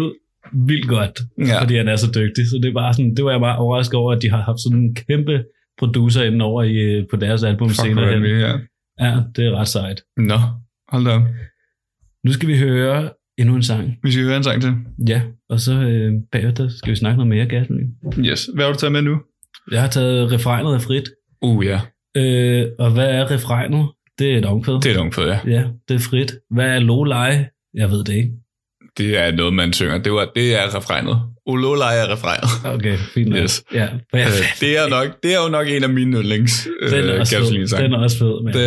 vildt godt, fordi han er så dygtig. Så det var sådan, det var jeg bare overrasket over, at de har haft sådan en kæmpe producer inden over på deres album senere hen. Ja, det er ret sejt. Nå, hold da op. Nu skal vi høre endnu en sang. Vi skal høre en sang til. Ja, og så bagefter skal vi snakke noget mere Gasoline. Yes. Hvad har du taget med nu? Jeg har taget refrænet af Frit. Ja. Og hvad er refrænet? Det er et omkvæd. Det er et omkvæd, ja. Ja, det er Frit. Hvad er Lolej? Jeg ved det ikke. Det er noget, man synger. Det er refrænet. Lolej er refrænet. Okay, fint nok. Yes. Ja, det er jo nok en af mine yndlings Gasoline-sange. Den er også fed, men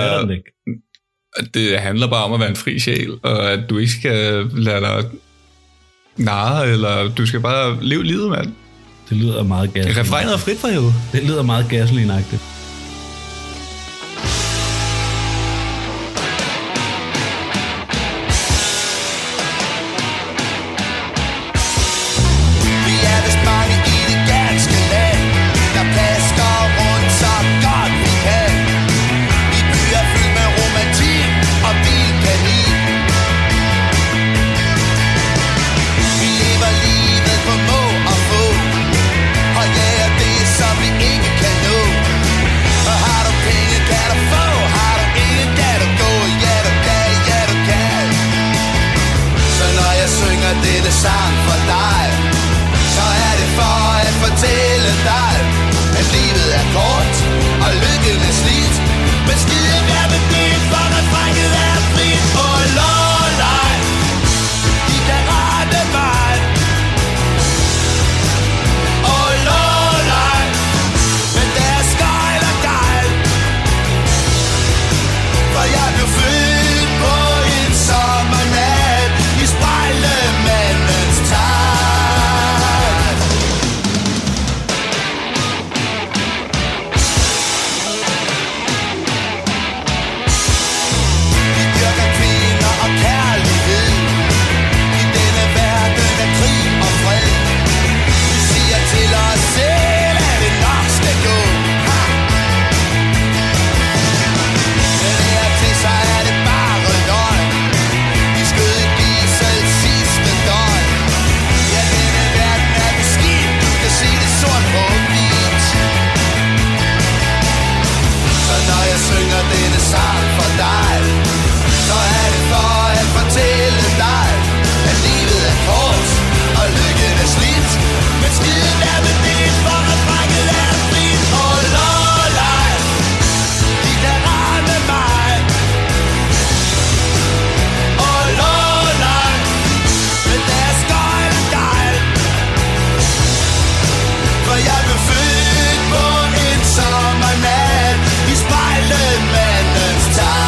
det handler bare om at være en fri sjæl, og at du ikke skal lade dig narre, eller du skal bare leve livet, mand. Det lyder meget Gasoline. Refrænet er frit for helvede. Det lyder meget Gasoline-agtigt. Sang for dig, så er det for at fortælle dig, at livet er kort, og lykken er slidt, men skide være med det, for refrænget er frit. Og lolej, de kan rette mig. Og lolej, men deres gejl er gejl, for jeg blev født på en sommernat i Spejlemandens tegn. Vi dyrker kvinder og kærlighed i denne verden af krig og fred. Vi siger til os selv, at det nok skal gå. Men hertil så er det bare løgn. Vi skød et diesel sidste døgn. Ja, denne verden er beskidt, du kan se det sort på hvidt. Så når jeg synger denne sang for dig, så er det for at fortælle dig, at livet er kort, og lykken er slidt. Men skiden er med det, for refrænget er frit. Og lolej, de kan ramme mig. Og lolej, men deres gejl er gejl, for jeg blev født på en sommernat i Spejlemandens tegn.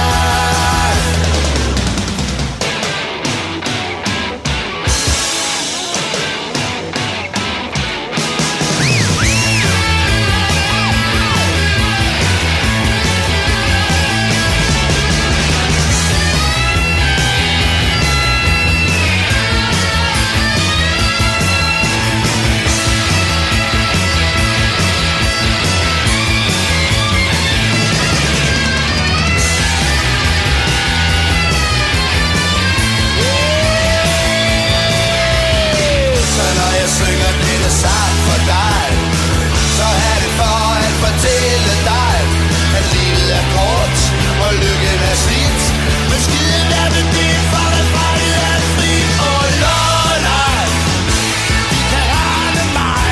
Så når jeg synger denne sang for dig, så er det for at fortælle dig, at livet er kort, og lykken er slidt. Men skiden er med det, for refrænget er frit. Og lolej, de kan ramme mig.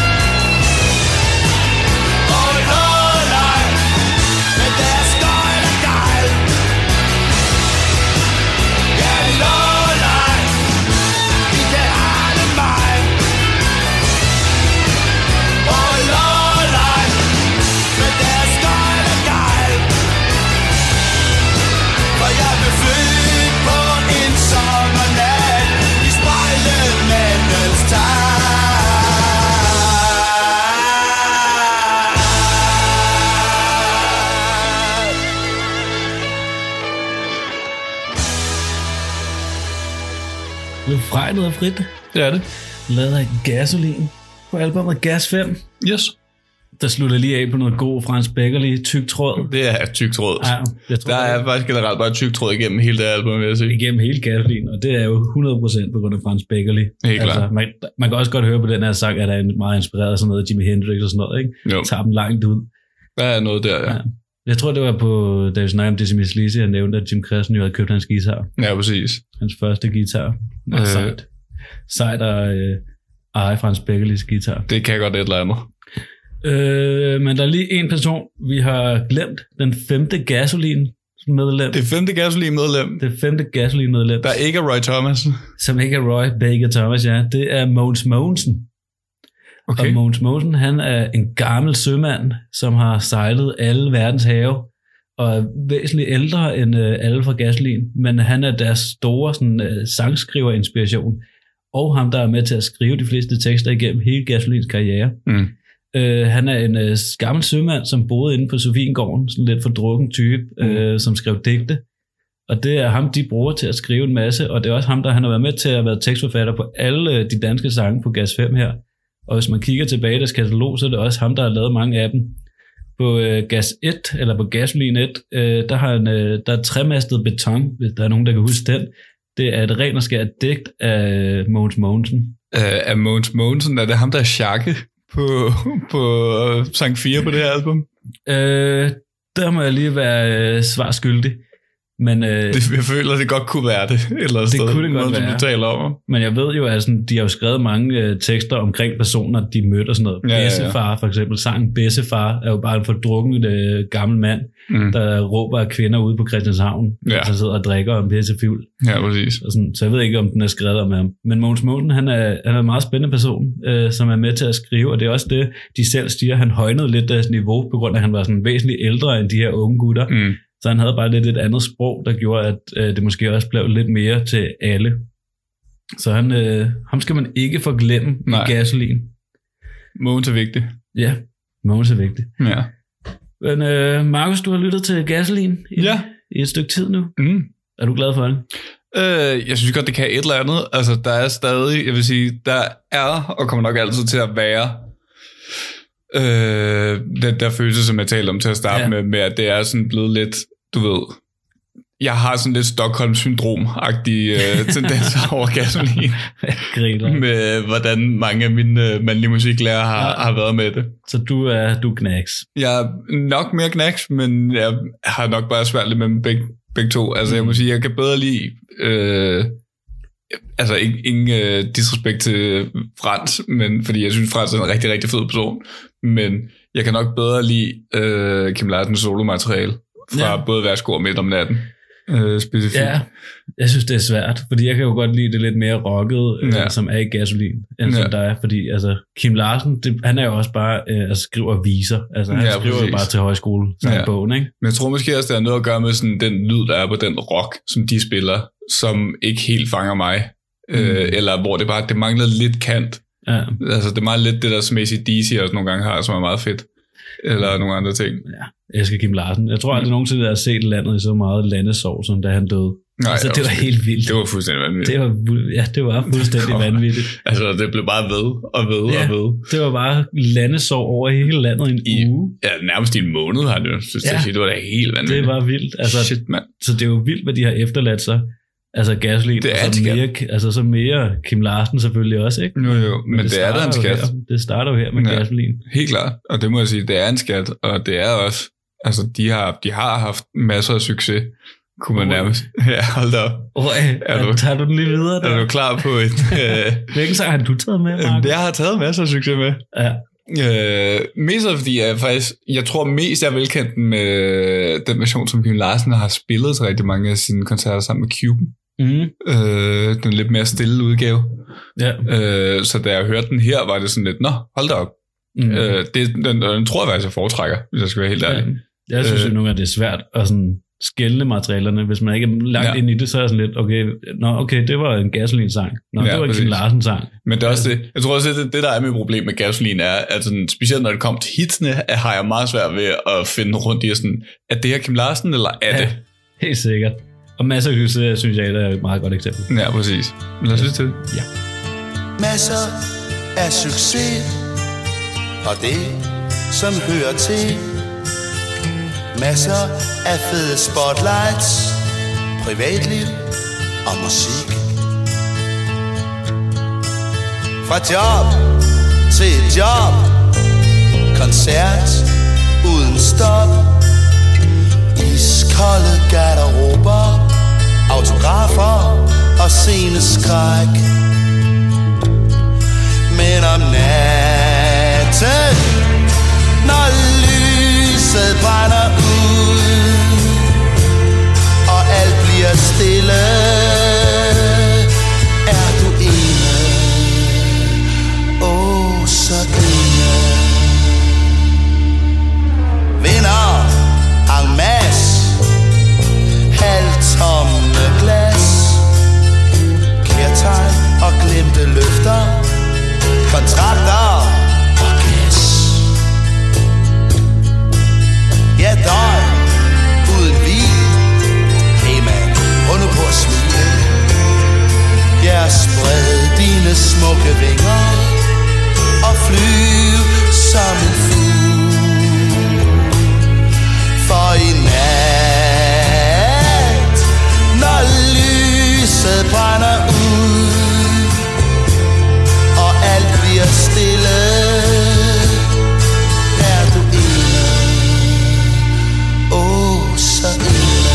Og lolej, men deres gejl er gejl. Ja, lolej, de kan ramme mig. Og lolej, men deres gejl er gejl, for jeg blev født på en sommernat i Spejlemandens tegn. Refrænet af Frit. Det er det. Lavet af Gasoline på albumet Gas 5. Yes. Der slutter lige af på noget god Frans Beckerli, tyk tråd. Det er tyk tråd. Ja, jeg tror, der er faktisk generelt bare tyk tråd igennem hele det album, vil jeg sige. Igennem hele Gasolin, og det er jo 100% på grund af Frans Beckerli. Helt klart. Man kan også godt høre på den her sang, at der er meget inspireret af sådan noget Jimi Hendrix og sådan noget, ikke? Jo. Tager dem langt ud. Der er noget der, ja. Jeg tror, det var på David Snyder om Dizzy Miss Lizzy, han nævnte, at Jim Christen jo havde købt hans guitar. Ja, præcis. Hans første guitar. Sejt. Sejt at eje Frans Beckerlis guitar. Det kan godt et eller andet. Men der er lige en person, vi har glemt. Den 5. Gasolin-medlem. Det 5. Gasolin-medlem. Det 5. Gasolin-medlem. Der ikke er Roy Thomas. Som ikke er Roy Baker Thomas, ja. Det er Mogens Mogensen. Okay. Og Mogens Mogensen, han er en gammel sømand, som har sejlet alle verdens have, og er væsentligt ældre end alle fra Gasolin, men han er deres store sangskriver-inspiration, og ham, der er med til at skrive de fleste tekster igennem hele Gasolins karriere. Mm. Han er en gammel sømand, som boede inde på Sofiengården, sådan lidt fordrukken type, som skrev digte. Og det er ham, de bruger til at skrive en masse, og det er også ham, der han har været med til at være tekstforfatter på alle de danske sange på Gas 5 her. Og hvis man kigger tilbage i deres katalog, så er det også ham, der har lavet mange af dem. På Gas 1, eller på Gasolin 1, der er tremastet beton, hvis der er nogen, der kan huske den. Det er et rent og skært digt af Mogens Mogensen. Af Mogens Mogensen, er det ham, der er Schakke på sang 4 på det her album? Der må jeg lige være svar skyldig. Men, jeg føler, det godt kunne være det. Eller det kunne det godt være. Du taler om. Men jeg ved jo, at de har jo skrevet mange tekster omkring personer, de mødte og sådan noget. Ja, Bæssefar for eksempel. Sangen Bæssefar er jo bare en fordrukken gammel mand, der råber af kvinder ude på Christianshavn, der sidder og drikker om pissefyld. Ja, præcis. Så jeg ved ikke, om den er skrevet om ham. Men Mogens Mogensen, han er en meget spændende person, som er med til at skrive, og det er også det, de selv siger, han højnede lidt deres niveau, på grund af, at han var sådan væsentligt ældre end de her unge gutter. Mm. Så han havde bare lidt et andet sprog, der gjorde, at det måske også blev lidt mere til alle. Så ham skal man ikke forglemme i Gasolin. Mogens er vigtig. Ja, Mogens er vigtig. Ja. Men Markus, du har lyttet til Gasolin i et stykke tid nu. Mm. Er du glad for det? Jeg synes godt, det kan et eller andet. Altså, der er stadig, jeg vil sige, der er og kommer nok altid til at være den der følelse, som jeg talte om til at starte med, at det er sådan blevet lidt, du ved, jeg har sådan lidt Stockholm-syndrom-agtige tendenser over Gasolin. Med hvordan mange af mine mandlige musiklærer har været med det. Så du er knacks? Jeg er nok mere knacks, men jeg har nok bare svært lidt med begge to. Altså jeg må sige, jeg kan bedre lide altså ingen disrespekt til Frans, men fordi jeg synes Frans er en rigtig, rigtig fed person, men jeg kan nok bedre lide Kim Larsens solomateriale fra både Værsgo og Midt om natten specifikt. Ja, jeg synes det er svært, fordi jeg kan jo godt lide det lidt mere rocket, som er i Gasolin, end som der er, fordi altså Kim Larsen, han er jo også bare skriver viser, altså han skriver jo bare til højskole bogen, ikke? Men jeg tror måske også, det har noget at gøre med sådan den lyd, der er på den rock, som de spiller, som ikke helt fanger mig, eller hvor det mangler lidt kant. Ja. Altså det er meget lidt det der, som AC/DC også nogle gange har, som er meget fedt. Eller nogle andre ting. Ja, jeg elsker Kim Larsen. Jeg tror aldrig nogensinde, jeg har set landet i så meget landesorg, som da han døde. Nej, altså, det var helt vildt. Det var fuldstændig vanvittigt. Det var fuldstændig vanvittigt. Altså, det blev bare ved og ved og ved. Det var bare landesorg over hele landet i en uge. Ja, nærmest i en måned har det jo. Det var da helt vanvittigt. Det var vildt. Altså, shit, mand. Så det er jo vildt, hvad de har efterladt sig. Altså Gasolin, det er så mere Kim Larsen selvfølgelig også, ikke? Jo, men det er da en skat. Det starter jo her med Gasolin. Helt klart, og det må jeg sige, det er en skat, og det er også, altså de har haft masser af succes, kunne man nærmest. Ja, hold da op. Tager du den lige videre der? Er du klar på et... Hvilken sang har du taget med, Mark? Jeg har taget masser af succes med. Ja. Mest af fordi jeg tror mest jeg er velkendt med den version, som Kim Larsen har spillet til rigtig mange af sine koncerter sammen med Cuben. Den lidt mere stille udgave. Så da jeg hørte den her, var det sådan lidt, hold da op. Den tror jeg faktisk, jeg foretrækker, hvis jeg skal være helt ærlig. Jeg synes jo nogle gange, det er svært at sådan skelne materialerne. Hvis man ikke er langt ind i det, så er sådan lidt, okay, det var en Gasolin-sang. Det var en Kim Larsen-sang. Men det er også det. Jeg tror også, det der er mit problem med Gasolin er, at sådan, specielt når det kommer til hitsene, har jeg meget svært ved at finde rundt i sådan, er det her Kim Larsen, eller er det? Helt sikkert. Og masser af succes, synes jeg, er et meget godt eksempel. Ja, præcis. Lad os lytte til det. Ja. Masser af succes, og det som hører til. Masser af fede spotlights, privatliv og musik. Fra job til job, koncert uden stop. Iskolde garderober, autografer og sceneskræk. Men om natten, når lyset brænder ud, og alt bliver stille, er du ene, åh så ene. Vinder en masse halvtomme glas, kærtegn og glemte løfter, kontrakter og gas. Ja, døj uden hvil. Hey man, prøv nu på at smile. Ja, spred dine smukke vinger og flyv som en fugl. For i nat, når lyset brænder ud, og alt bliver stille, er du ene, åh så ene.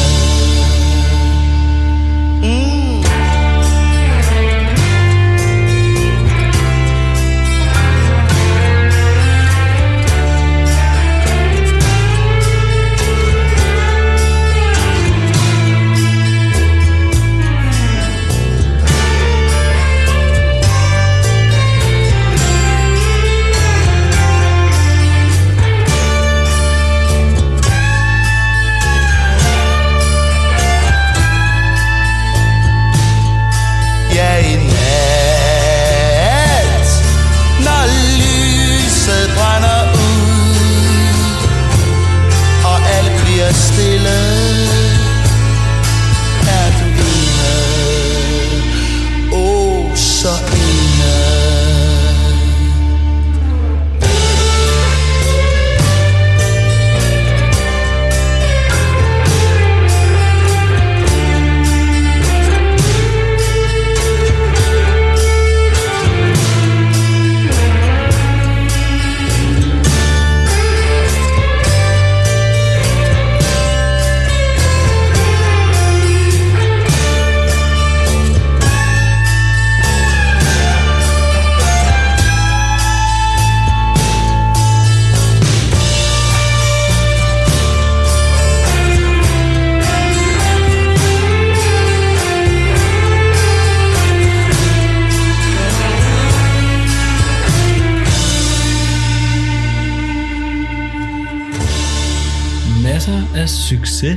Succes.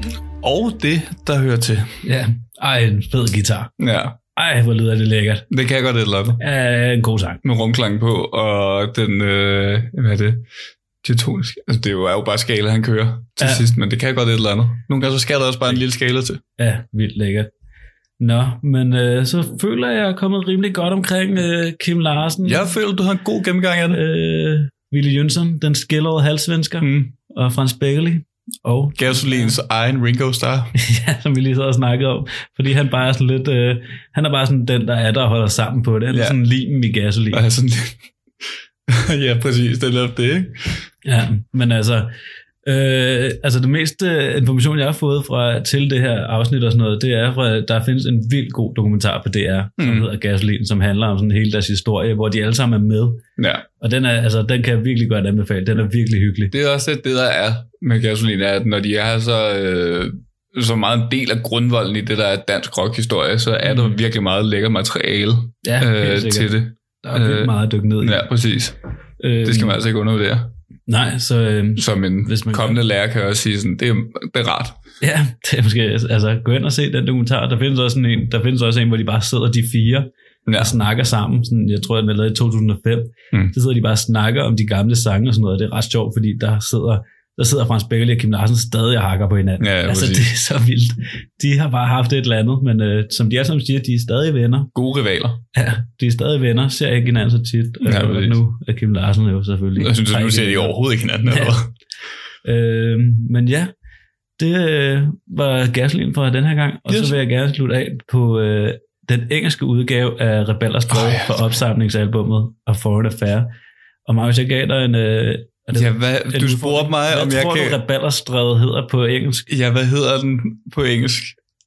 Og det, der hører til. Ja. Ej, en fed guitar. Ja. Ej, hvor lyder det lækkert. Det kan jeg godt et eller andet. Ja, en god sang. Med rumklang på, og den, hvad er det? Diatonisk. Altså, det er jo bare skala, han kører til sidst, men det kan godt et eller andet. Nogle gange så skal der også bare en lille skala til. Ja, vildt lækkert. Nå, men så føler jeg, at jeg er kommet rimelig godt omkring Kim Larsen. Jeg føler, du har en god gennemgang af det. Willy Jønsson, den skillede halvsvensker, og Frans Beckerli. Og Gasolins egen Ringo Starr. Ja, som vi lige så har snakket om. Fordi han bare er sådan lidt... han er bare sådan den, der er der og holder sammen på det. Han er sådan limen i Gasolin. Og sådan ja, præcis. Det er lidt det, ikke? Ja, men altså det meste information, jeg har fået til det her afsnit og sådan noget, det er fra, der findes en vildt god dokumentar på DR, som hedder Gasolin, som handler om sådan hele deres historie, hvor de alle sammen er med. Ja. Og den kan jeg virkelig godt anbefale. Den er virkelig hyggelig. Det er også det, der er med Gasolin, er, at når de er så meget en del af grundvolden i det, der er dansk rockhistorie, så er der virkelig meget lækker materiale til det. Der er virkelig meget at dykke ned i. Ja, præcis. Det skal man altså ikke undervurdere. Nej, så... som en kommende lærer kan også sige sådan, det er rart. Ja, det er måske... Altså, gå ind og se den dokumentar. Der findes også en, hvor de bare sidder de fire og snakker sammen. Sådan, jeg tror, den er lavet i 2005. Så sidder de bare og snakker om de gamle sange og sådan noget. Det er ret sjovt, fordi der der sidder Frans Beckerli og Kim Larsen stadig og hakker på hinanden. Ja, altså, præcis. det er så vildt. De har bare haft et eller andet, men som de alle sammen siger, de er stadig venner. Gode rivaler. Ja, de er stadig venner, ser ikke hinanden så tit. Ja, og nu er Kim Larsen jo selvfølgelig... Jeg synes, at nu ser de overhovedet ikke hinanden. Ja. Men ja, det var Gasolin for den her gang, og så vil jeg gerne slutte af på den engelske udgave af Rebellers Blod fra opsamlingsalbummet A Foreign Affair. Og Marius, jeg gav dig en... du spurgte mig, om jeg kan... Hvad tror du, Rebellerstrædet hedder på engelsk? Ja, hvad hedder den på engelsk?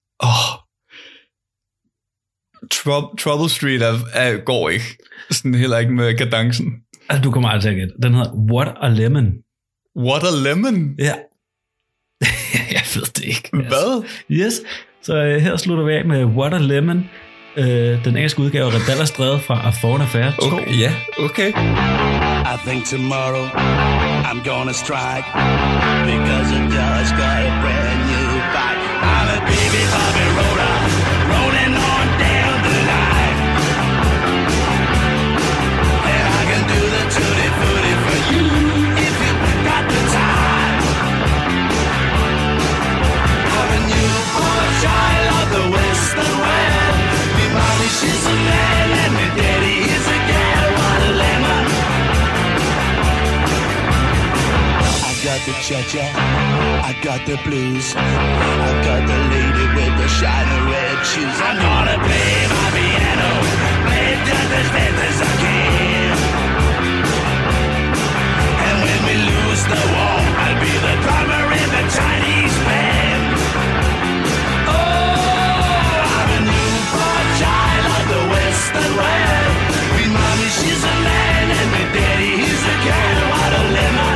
Trouble Street går ikke. Sådan heller ikke med kadencen. Altså, du kommer aldrig til at gætte. Den hedder What a Lemon. What a Lemon? Ja. Jeg ved det ikke. Hvad? Yes. Så her slutter vi af med What a Lemon. Den engelske udgave af Rebellerstrædet fra A Foreign Affair 2. Okay, ja, okay. I think tomorrow I'm gonna strike because I just got a brand new bike. I'm a baby Bobby roller rolling on down the line, and I can do the tutti frutti for you if you got the time. I'm a newborn child of the Western world. Me mommy she's a man and me daddy is a gal. What a lemon. I got the cha-cha, I got the blues, I got the lady with the shiny red shoes. I'm gonna play my piano, play it just as fast as I can. And when we lose the war, I'll be the drummer in the Chinese band. Oh, I'm a newborn child of the Western world. Me mommy, she's a man, and me daddy, he's a cat. What a lemon.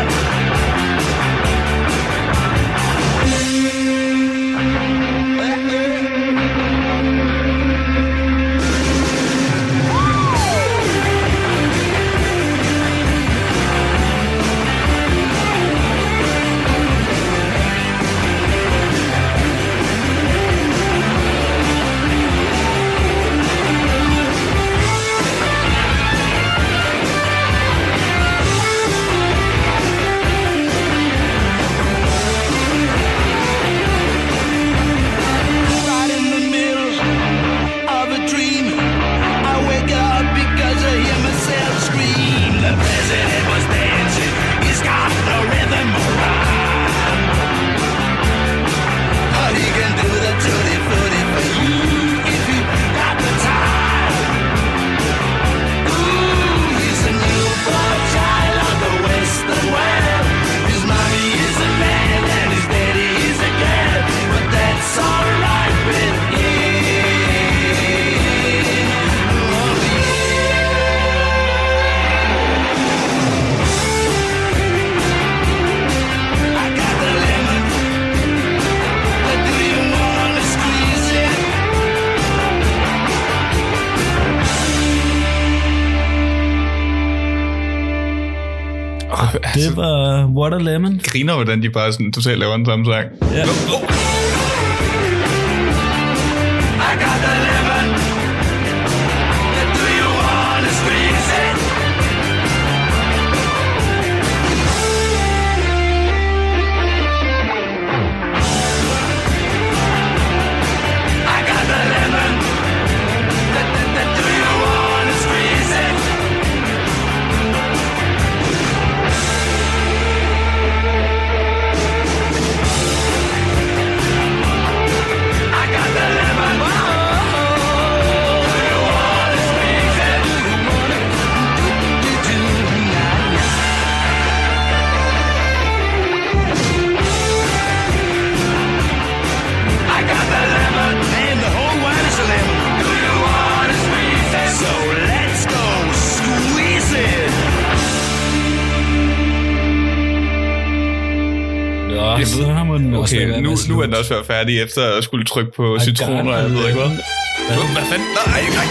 Det var What a Lemon. Griner, hvordan de bare sådan totalt laver den samme sang. Ja. I got the lemon. Do you wanna squeeze it? I got the lemon. Do you wanna squeeze it? I got the lemon. Do you wanna squeeze it? I got the lemon, and the whole world is a lemon. Do you wanna squeeze it? So let's go squeeze it. Ja, så har man også Okay, været nu med er den også været færdig efter at skulle trykke på citroner, og jeg ved ikke hvad. Hvad fanden? Nej.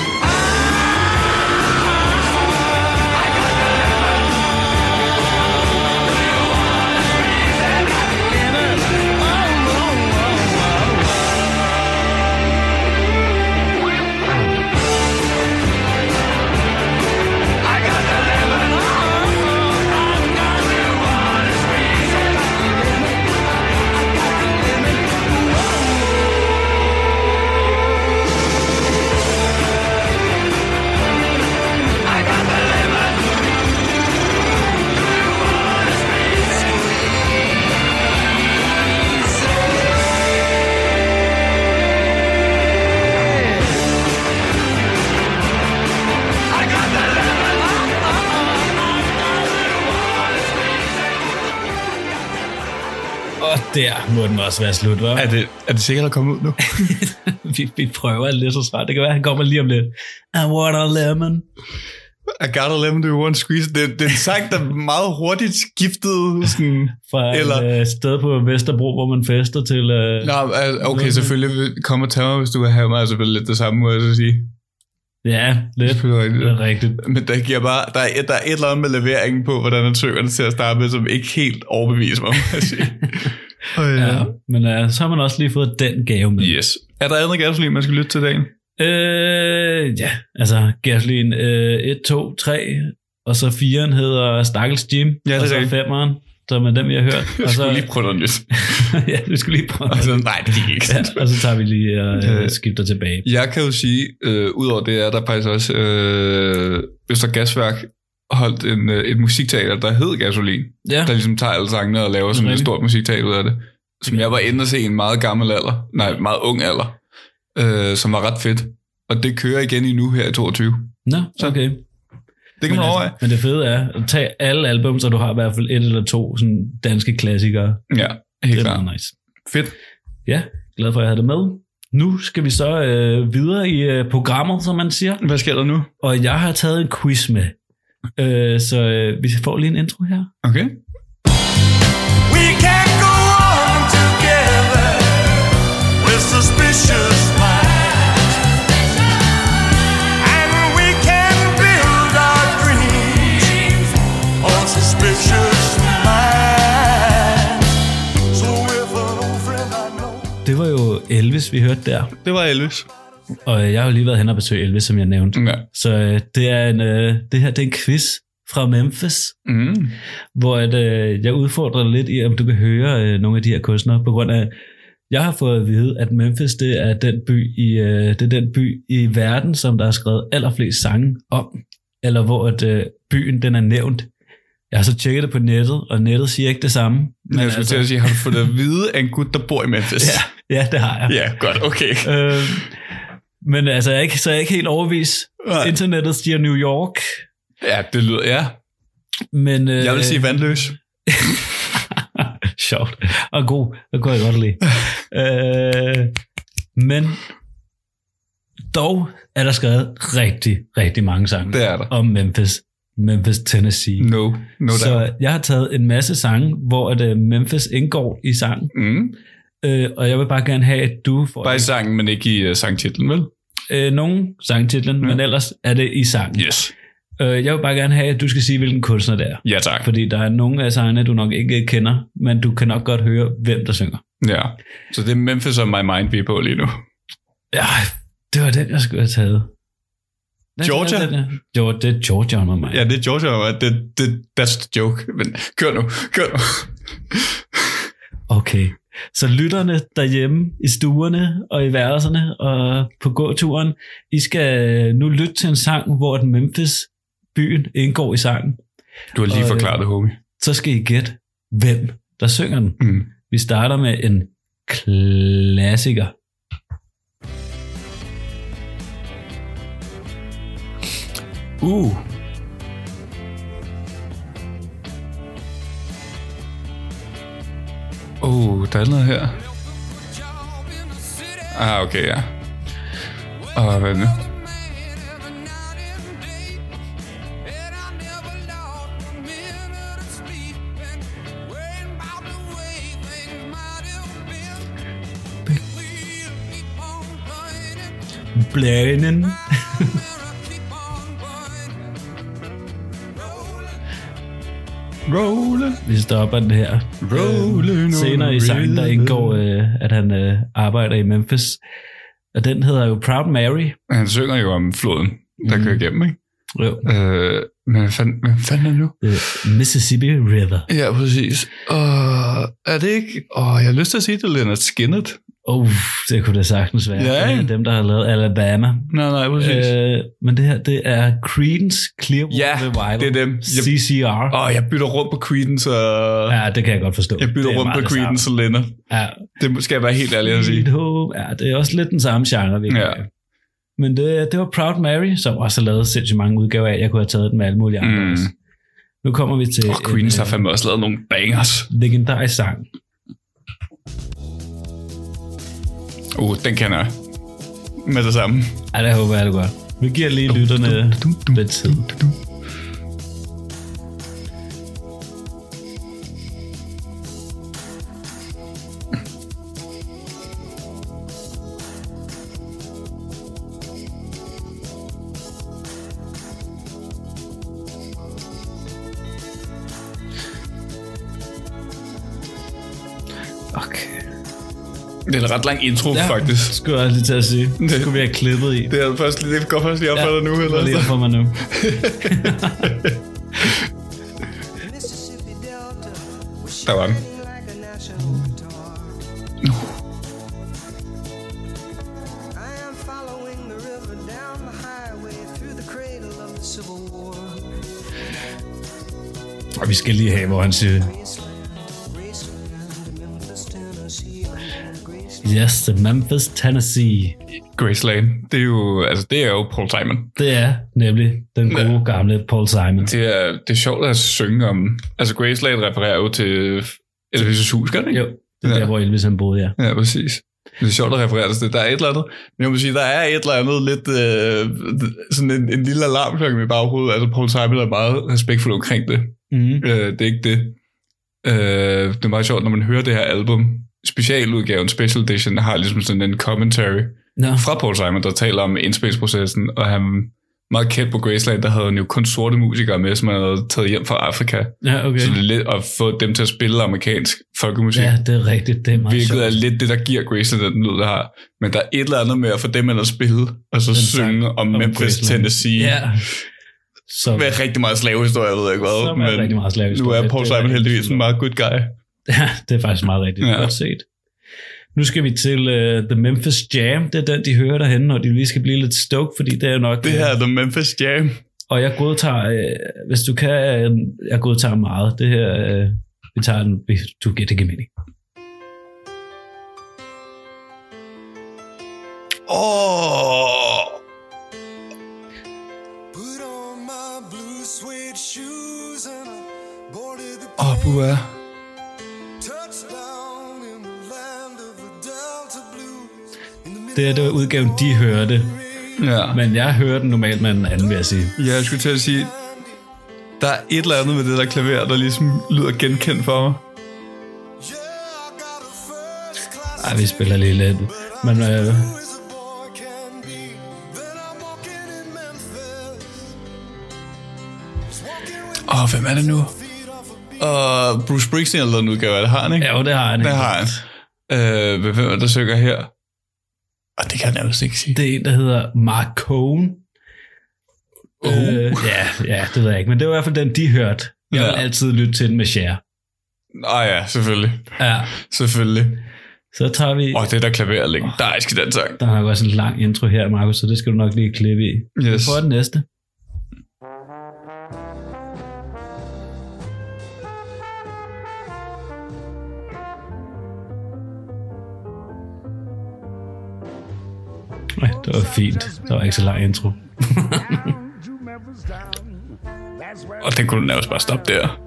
I got the lemon. Do you wanna squeeze it? der må den også være slut, hva'? Er det sikkert at komme ud nu? vi prøver lidt så snart. Det kan være, han kommer lige om lidt. I want a lemon. I got a lemon, do you want to squeeze? Det er en sang, der meget hurtigt skiftede sådan... Fra et sted på Vesterbro, hvor man fester til... okay, selvfølgelig kom og tage mig, hvis du vil have mig. Altså vel lidt det samme, må jeg så sige. Ja, lidt. Det er rigtigt. Men der giver bare... Der er et eller andet med leveringen på, hvordan han synger det til at starte med, som ikke helt overbeviser mig, må jeg sige. Ja, men så har man også lige fået den gave med. Yes. Er der andet gasolin, man skal lytte til dagen? Ja, altså gasolin 1, 2, 3, og så 4'eren hedder Stakkels Jim, ja, og så 5'eren, som er dem, vi har hørt. Jeg skulle lige prøve noget nyt. Ja, vi skulle lige prøve noget. Nej, det gik ikke. Ja, og så tager vi lige og skifter tilbage. Jeg kan jo sige, udover det er der faktisk også Øster Gasværk holdt et musikteater, der hed Gasolin, der ligesom tager alle sangene og laver sådan et stort musikteater ud af det, som jeg var inde og se i en meget gammel alder, meget ung alder, som var ret fedt. Og det kører igen endnu her i 22. Nå, okay. Det kan man overveje. Men det fede er at tage alle album, så du har i hvert fald 1 eller 2 sådan danske klassikere. Ja, helt klart. Det er nice. Fedt. Ja, glad for at jeg havde det med. Nu skal vi så videre i programmet, som man siger. Hvad sker der nu? Og jeg har taget en quiz med. Så vi får lige en intro her. Okay. We can go on together with suspicious minds, and we can build our dreams on suspicious minds. So if an old friend I know. Det var jo Elvis, vi hørte der. Det var Elvis. Og jeg har jo lige været hen og besøge Elvis, som jeg nævnte. Ja. Så det er det her er en quiz fra Memphis, hvor jeg udfordrer dig lidt i, om du kan høre nogle af de her kunstnere, på grund af, jeg har fået at vide, at Memphis det er den by i verden, som der er skrevet allerflest sange om, eller hvor byen den er nævnt. Jeg har så tjekket det på nettet, og nettet siger ikke det samme. Men jeg skulle til at sige, har du fået at vide af en gut, der bor i Memphis? Ja, det har jeg. Ja, godt, okay. Men altså, jeg er ikke helt overbevist. Internettet siger New York. Ja, det lyder, ja. Men, jeg vil sige vandløs. Sjovt. Og god. Det kunne jeg godt lide. Men dog er der skrevet rigtig, rigtig mange sange. Det er der. Om Memphis, Tennessee. No så jeg har taget en masse sange, hvor Memphis indgår i sangen. Og jeg vil bare gerne have, at du får... Bare i sangen, men ikke i sangtitlen, vel? Nogle sangtitlen, men ellers er det i sangen. Yes. Jeg vil bare gerne have, at du skal sige, hvilken kunstner det er. Ja, tak. Fordi der er nogle af sangene, du nok ikke kender, men du kan nok godt høre, hvem der synger. Ja, så det er Memphis on my mind, vi er på lige nu. Ja, det var den, jeg skulle have taget. Georgia? Det er Georgia on my mind. Ja, det er Georgia. That's the joke. Men kør nu. Okay. Så lytterne derhjemme i stuerne og i værelserne og på gåturen, I skal nu lytte til en sang, hvor den Memphis-byen indgår i sangen. Du har lige forklaret det, homie. Så skal I gætte, hvem der synger den. Vi starter med en klassiker. Der er noget her. Okay, ja. Hvad er det nu? Blænen. Rollin'. Vi stopper den her. Rollin'. Senere i sangen, der indgår, at han arbejder i Memphis. Og den hedder jo Proud Mary. Han synger jo om floden, der kører igennem, ikke? Jo. Men hvad fanden er det nu? Mississippi River. Ja, præcis. Er det ikke... jeg har lyst til at sige, det er Leonard Skinner. Det kunne det sagtens være. Ja, det er dem, der har lavet Alabama. Nej, præcis. Men det her, det er Creedence Clearwater Revival. Det er dem. CCR. Jeg bytter rundt på Creedence og... Ja, det kan jeg godt forstå. Jeg bytter rundt på Creedence og Leonard. Ja. Det skal jeg være helt ærlig at sige. Ja, det er også lidt den samme genre, vi kan. Men det var Proud Mary, som også har lavet sindssygt mange udgaver af. Jeg kunne have taget den med alle mulige andre også. Nu kommer vi til... Creedence har fandme også lavet nogle bangers. Legendarisk sang. Den kender jeg. Med det samme. Ej, det håber jeg, det godt. Vi giver lige lytterne lidt tid. Okay. Det er en ret lang intro, faktisk. Det skulle jeg lige til at sige. Det skulle vi have klippet i. Det er først lige, det går først lige op for dig nu. Eller? Det lige op for mig nu. Der var den. Og vi skal lige have, hvor han siger... Yes, the Memphis, Tennessee. Graceland. Det er jo Paul Simon. Det er nemlig den gode gamle Paul Simon. Det er sjovt at synge om. Altså Graceland refererer jo til Elvis' hus, gør det ikke? Jo, det er der, hvor Elvis han boede, ja. Ja, præcis. Det er sjovt at referere til det. Der er et eller andet. Men jeg må sige, der er et eller andet lidt sådan en lille alarmklokke i baghovedet. Altså Paul Simon er meget respektfuld omkring det. Det er ikke det. Det er meget sjovt, når man hører det her album. Specialudgaven, Special Edition, har ligesom sådan en commentary fra Paul Simon, der taler om indspilsprocessen, og han meget kendt på Graceland, der havde han jo kun sorte musikere med, som han havde taget hjem fra Afrika. Ja, okay. Så det er lidt at få dem til at spille amerikansk folkemusik. Ja, det er rigtigt. Det er meget hvilket er lidt det, der giver Graceland den lyd, der har. Men der er et eller andet med at få dem at spille, og så synge om Memphis, Graceland. Tennessee. Ja. Så med rigtig meget slavehistorie, jeg ved ikke hvad. Men rigtig meget slavehistorie. Nu er Paul Simon heldigvis en meget good guy. Ja, det er faktisk meget rigtigt. Godt set. Nu skal vi til The Memphis Jam. Det er den, de hører derhenne, og de lige skal blive lidt stoked, fordi det er jo nok... Det her er The Memphis Jam. Og jeg godtager, hvis du kan, jeg godtager meget. Det her, vi tager den, du giver det mening. Buah. Det var udgaven, de hørte. Ja. Men jeg hører den normalt med en anden, vil jeg sige. Ja, jeg skulle til at sige, der er et eller andet med det der klaver, der ligesom lyder genkendt for mig. Ej, vi spiller lige lidt. Men hvem er det nu? Bruce Springsteen eller noget udgave, det har han, ikke? Ja, det har han. Det har han. Hvem er der synger her? Det kan jeg nærmest ikke sige. Det er en, der hedder Mark Cohn. Ja, det ved jeg ikke. Men det var i hvert fald den, de hørte. Jeg vil altid lytte til den med Cher. Ja, selvfølgelig. Ja. Selvfølgelig. Så tager vi... det der klaver er legendarisk i den sang. Der har jo også en lang intro her, Markus, så det skal du nok lige klippe i. Yes. Vi får den næste. Nej, det var fint. Der var ikke så lang intro. Og den kunne du nærmest bare stoppe der.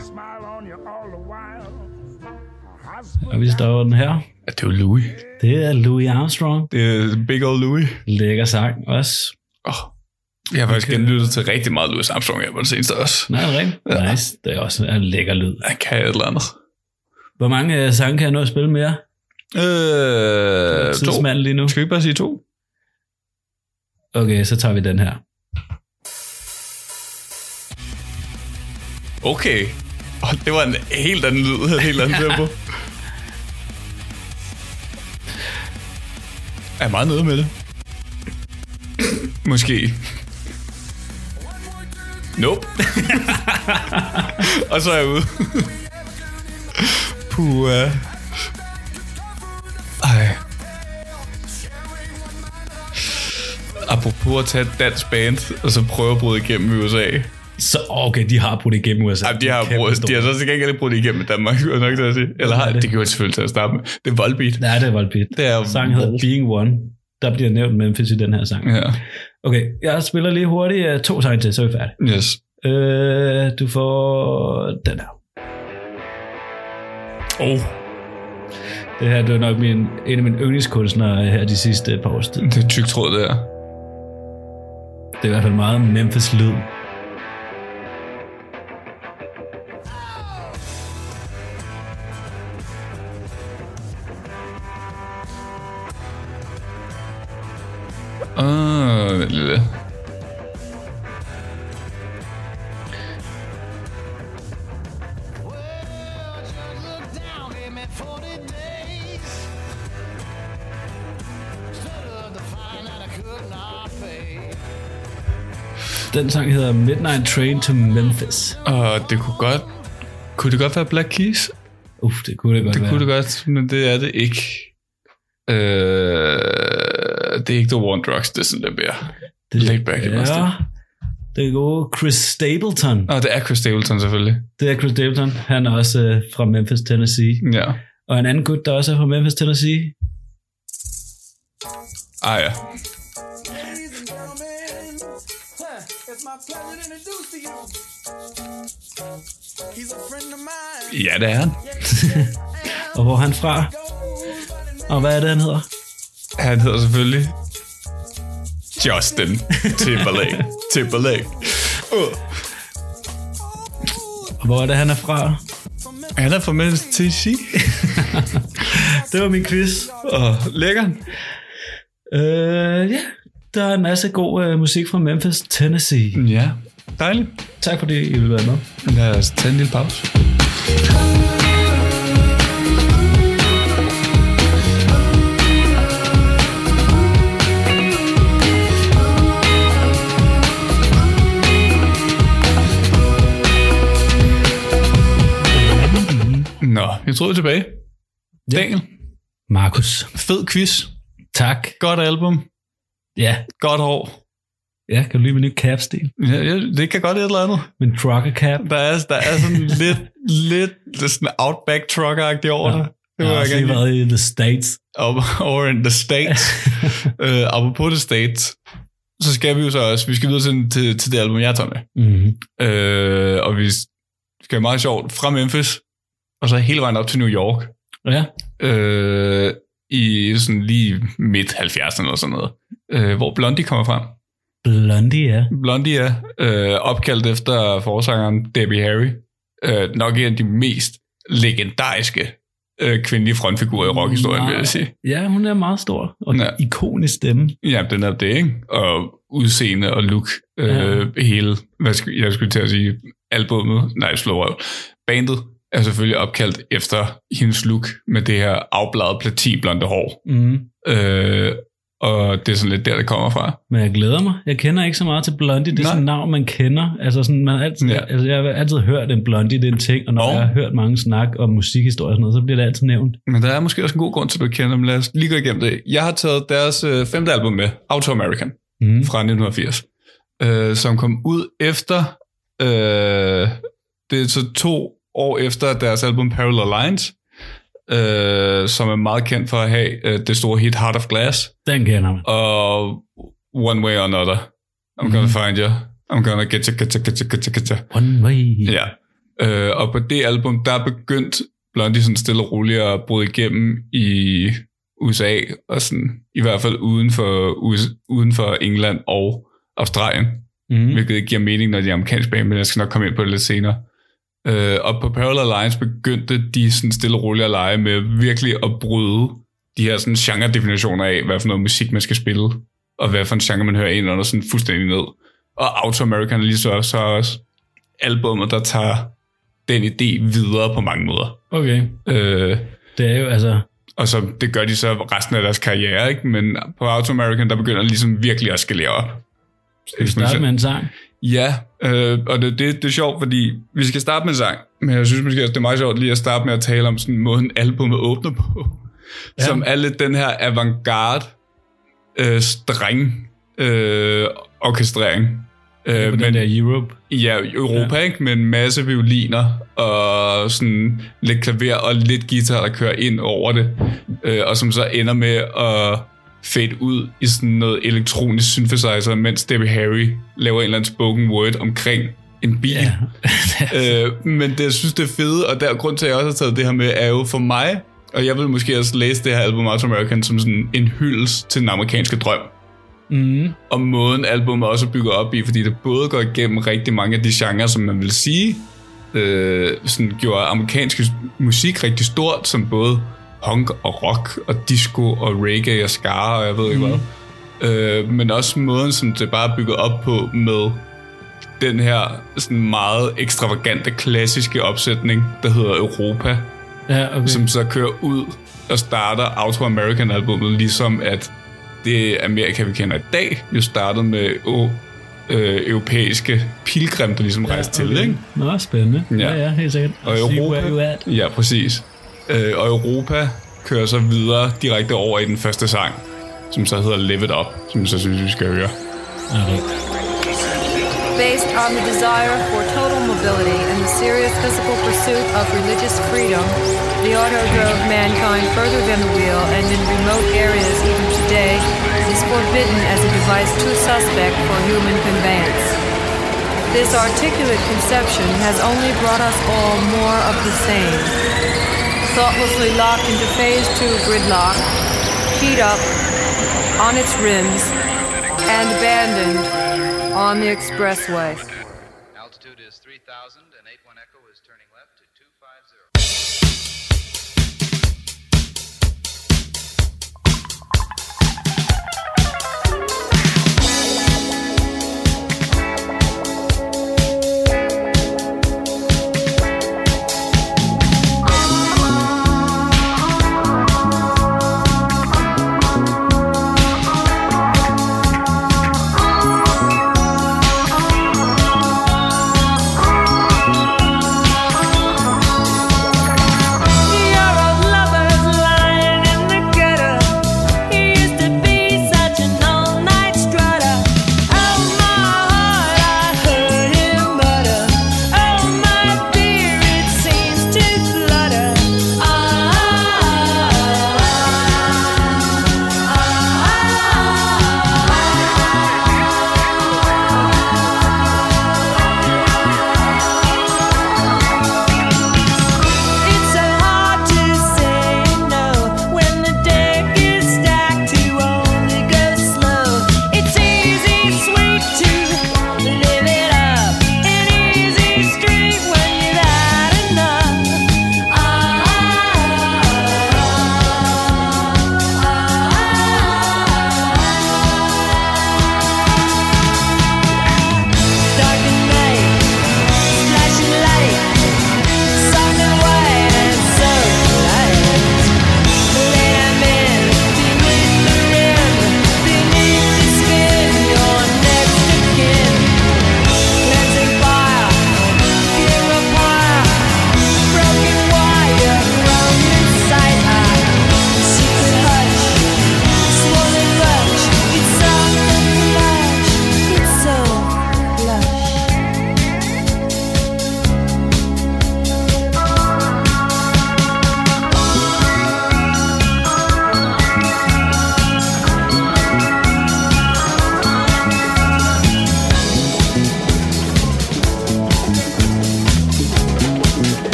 Og vi står den her. Ja, det er jo Louis. Det er Louis Armstrong. Det er Big Old Louis. Lækker sang også. Jeg har faktisk genlyttet til rigtig meget Louis Armstrong her på det seneste også. Nej, det er rigtigt. Ja. Nice. Det er også en lækker lyd. Jeg kan et eller andet. Hvor mange sange kan jeg nå at spille mere? 2. Lige nu. Skal vi ikke bare sige 2? Okay, så tager vi den her. Okay. Det var en helt anden lyd, et helt andet tempo. Jeg er meget nede med det. Måske. Nope. Og så er jeg ude. Puh. Apropos at tage et dansk band, og så prøve at bryde igennem i USA. Så okay, de har brudt igennem USA. De har så til gengæld brudt igennem i Danmark, skulle jeg nok til at sige. Eller har det kan jo selvfølgelig til at starte med. Det er Volbeat. Nej, det er Volbeat. Det er sangen hedder Being One. Der bliver nævnt Memphis i den her sang. Ja. Okay, jeg spiller lige hurtigt 2 sange til, så er vi færdige. Yes. Du får den her. Det her, det er nok en af mine yndlingskunstnere her de sidste par års tid. Det er tyk tråd, det er. Det er i hvert fald meget Memphis-lyd. Lille. Den sang hedder Midnight Train to Memphis. Og det kunne det godt være Black Keys? Det kunne det godt være. Det kunne det godt, men det er det ikke. Det er ikke The War on Drugs, det er sådan, det bliver laid back. Ja, det er gode Chris Stapleton. Det er Chris Stapleton selvfølgelig. Det er Chris Stapleton. Han er også fra Memphis, Tennessee. Ja. Og en anden gut, der også er fra Memphis, Tennessee. Ja. Ja, det er han. Og hvor er han fra? Og hvad er det, han hedder? Han hedder selvfølgelig Justin Timberlake. Og hvor er det, han er fra? Han er fra Memphis, Tennessee. Det var min quiz. Lækker. Ja, der er en masse god musik fra Memphis, Tennessee. Ja, dejligt. Tak fordi I vil være med. Lad os tage en lille pause. Nå, jeg tror tilbage. Ja. Daniel. Markus. Fed quiz. Tak. Godt album. Ja. Godt hår. Ja, kan du lide min nye cap-stil? Ja, det kan godt et eller andet. Min trucker cap. Der er sådan lidt sådan outback trucker-agtigt over det. Jeg har også lige været i The States. Over in the States. Apropos The States, så skal vi jo så også, vi skal videre til det album, jeg tager med. Mm-hmm. Og vi skal meget sjovt fra Memphis, og så hele vejen op til New York. Ja. I sådan lige midt 70'erne eller sådan noget. Hvor Blondie kommer frem. Blondie er opkaldt efter forsangeren Debbie Harry. Nok en af de mest legendariske kvindelige frontfigurer i rockhistorien, vil jeg sige. Ja, hun er meget stor og ikonisk stemme. Ja, den er det, ikke? Og udseende og look. Hele, jeg skulle til at sige, albummet, bandet er selvfølgelig opkaldt efter hendes look med det her afbladet platinblonde hår. Mm. Og det er sådan lidt der, det kommer fra. Men jeg glæder mig. Jeg kender ikke så meget til Blondie. Det er sådan et navn, man kender. Altså sådan, man altid, altså, jeg har altid hørt en Blondie, det er en ting. Og når jeg har hørt mange snak om musikhistorie og sådan noget, så bliver det altid nævnt. Men der er måske også en god grund til, at du kender dem. Lad os lige gå igennem det. Jeg har taget deres 5. album med, Auto American, fra 1980. Som kom ud efter, det er så 2 år efter deres album Parallel Lines. Som er meget kendt for at have det store hit Heart of Glass. Den kender man. Og One Way or Another. I'm gonna find you. I'm gonna get you. One Way. Ja. Og på det album, der er begyndt Blondie sådan stille og roligt at bryde igennem i USA, og sådan, i hvert fald uden for England og Australien. Hvilket ikke giver mening, når de er amerikanske band, men jeg skal nok komme ind på det lidt senere. Og på Parallel Lines begyndte de sådan stille og roligt at lege med virkelig at bryde de her sådan genre-definitioner af, hvad for noget musik man skal spille, og hvad for en genre man hører ind under sådan fuldstændig ned. Og Auto American er lige så også albumet, der tager den idé videre på mange måder. Okay. Det er jo altså... Og så det gør de så resten af deres karriere, ikke? Men på Auto American, der begynder ligesom virkelig at skalere op. Skal vi starte med en sang? Ja, og det er sjovt, fordi vi skal starte med en sang, men jeg synes måske også, det er meget sjovt lige at starte med at tale om sådan måden albumet åbner på, som er lidt den her avantgarde, streng orkestrering. Men den der Europe. Ja, Europa, ikke? Med en masse violiner og sådan lidt klaver og lidt guitar, der kører ind over det, og som så ender med at fade ud i sådan noget elektronisk synthesizer, mens Debbie Harry laver en eller anden spoken word omkring en bil. Men det, jeg synes, det er fede, og der grund til, at jeg også har taget det her med, er jo for mig, Og jeg vil måske også læse det her album Out American som sådan en hyldest til den amerikanske drøm. Og måden albumet også bygger op i, fordi det både går igennem rigtig mange af de genrer, som man vil sige, sådan gjorde amerikansk musik rigtig stort, som både punk og rock og disco og reggae og ska og jeg ved ikke hvad. Men også måden, som det bare er bygget op på med den her sådan meget ekstravagante klassiske opsætning, der hedder Europa, som så kører ud og starter Auto American albumet, ligesom at det Amerika, vi kender i dag, jo startede med europæiske pilgrim, der ligesom rejste til, ikke? Nå, spændende. Ja, helt sikkert. Og Europa, ja, præcis. Og Europa kører så videre direkte over i den første sang, som så hedder Live It Up, som jeg så synes, vi skal høre. Okay. Based on the desire for total mobility and the serious physical pursuit of religious freedom, the auto drove mankind further than the wheel, and in remote areas even today is forbidden as a device too suspect for human conveyance. This articulate conception has only brought us all more of the same. Thoughtlessly locked into phase 2 gridlock, keyed up on its rims, and abandoned on the expressway. Altitude is 3,000 and 81 Echo is turning left to 250.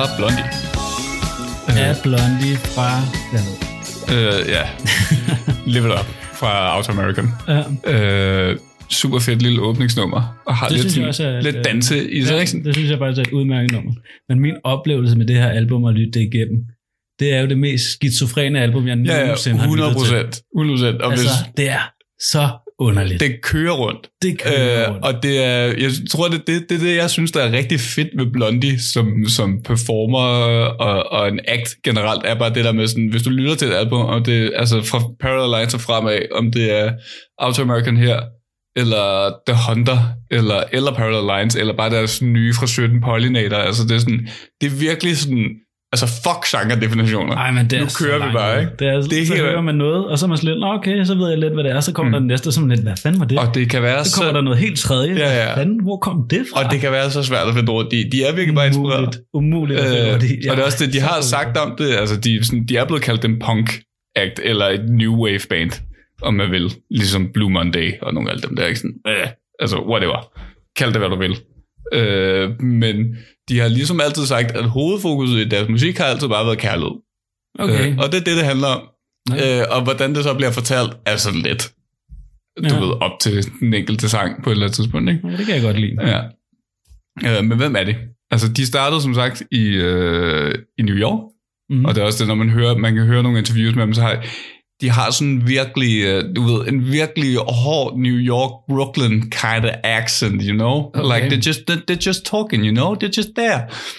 Blondie. Er Blondie fra... Ja. Live It Up fra Outer American. Ja. Super fedt lille åbningsnummer. Og har det lidt danse i sig. Det synes jeg faktisk er et udmærket nummer. Men min oplevelse med det her album og lytte det igennem, det er jo det mest skizofrene album, jeg nogensinde har lyttet til. 100%. Og altså, det er så underligt. Det kører rundt. Og det er, jeg tror, det jeg synes, der er rigtig fedt ved Blondie som performer og en act generelt, er bare det der med sådan, hvis du lytter til et album, og det altså fra Parallel Lines og fremad, om det er Outer American her, eller The Hunter, eller Parallel Lines, eller bare deres nye fra 17 Pollinator, altså det er sådan, det er virkelig sådan, altså fuck genre-definitioner. Ej, men det nu kører vi bare, ikke? Så hører man noget, og så er man slet, okay, så ved jeg lidt, hvad det er, så kommer der den næste, som lidt, hvad fanden var det? Og det kan være så kommer der noget helt tredje, ja. Fanden, hvor kom det fra? Og det kan være så svært at finde ord. De er virkelig bare inspireret. Umuligt at finde ord i. Og det er også det, de har sagt om det, altså de er blevet kaldt en punk-act, eller et new wave band, om man vil, ligesom Blue Monday, og nogle af dem der, ikke sådan, altså whatever, kald det hvad du vil. Men de har ligesom altid sagt, at hovedfokuset i deres musik har altid bare været kærlighed. Okay. Og det er det handler om. Og hvordan det så bliver fortalt, er sådan lidt, du ved, op til den enkelte sang på et eller andet tidspunkt, ikke? Ja, det kan jeg godt lide. Ja. Men hvem er det? Altså, de startede som sagt i New York, og det er også det, når man kan høre nogle interviews med dem, så de har sådan virkelig, du ved, en virkelig hård New York, Brooklyn kind of accent, you know? Okay. Like, they're just talking, you know? They're just there.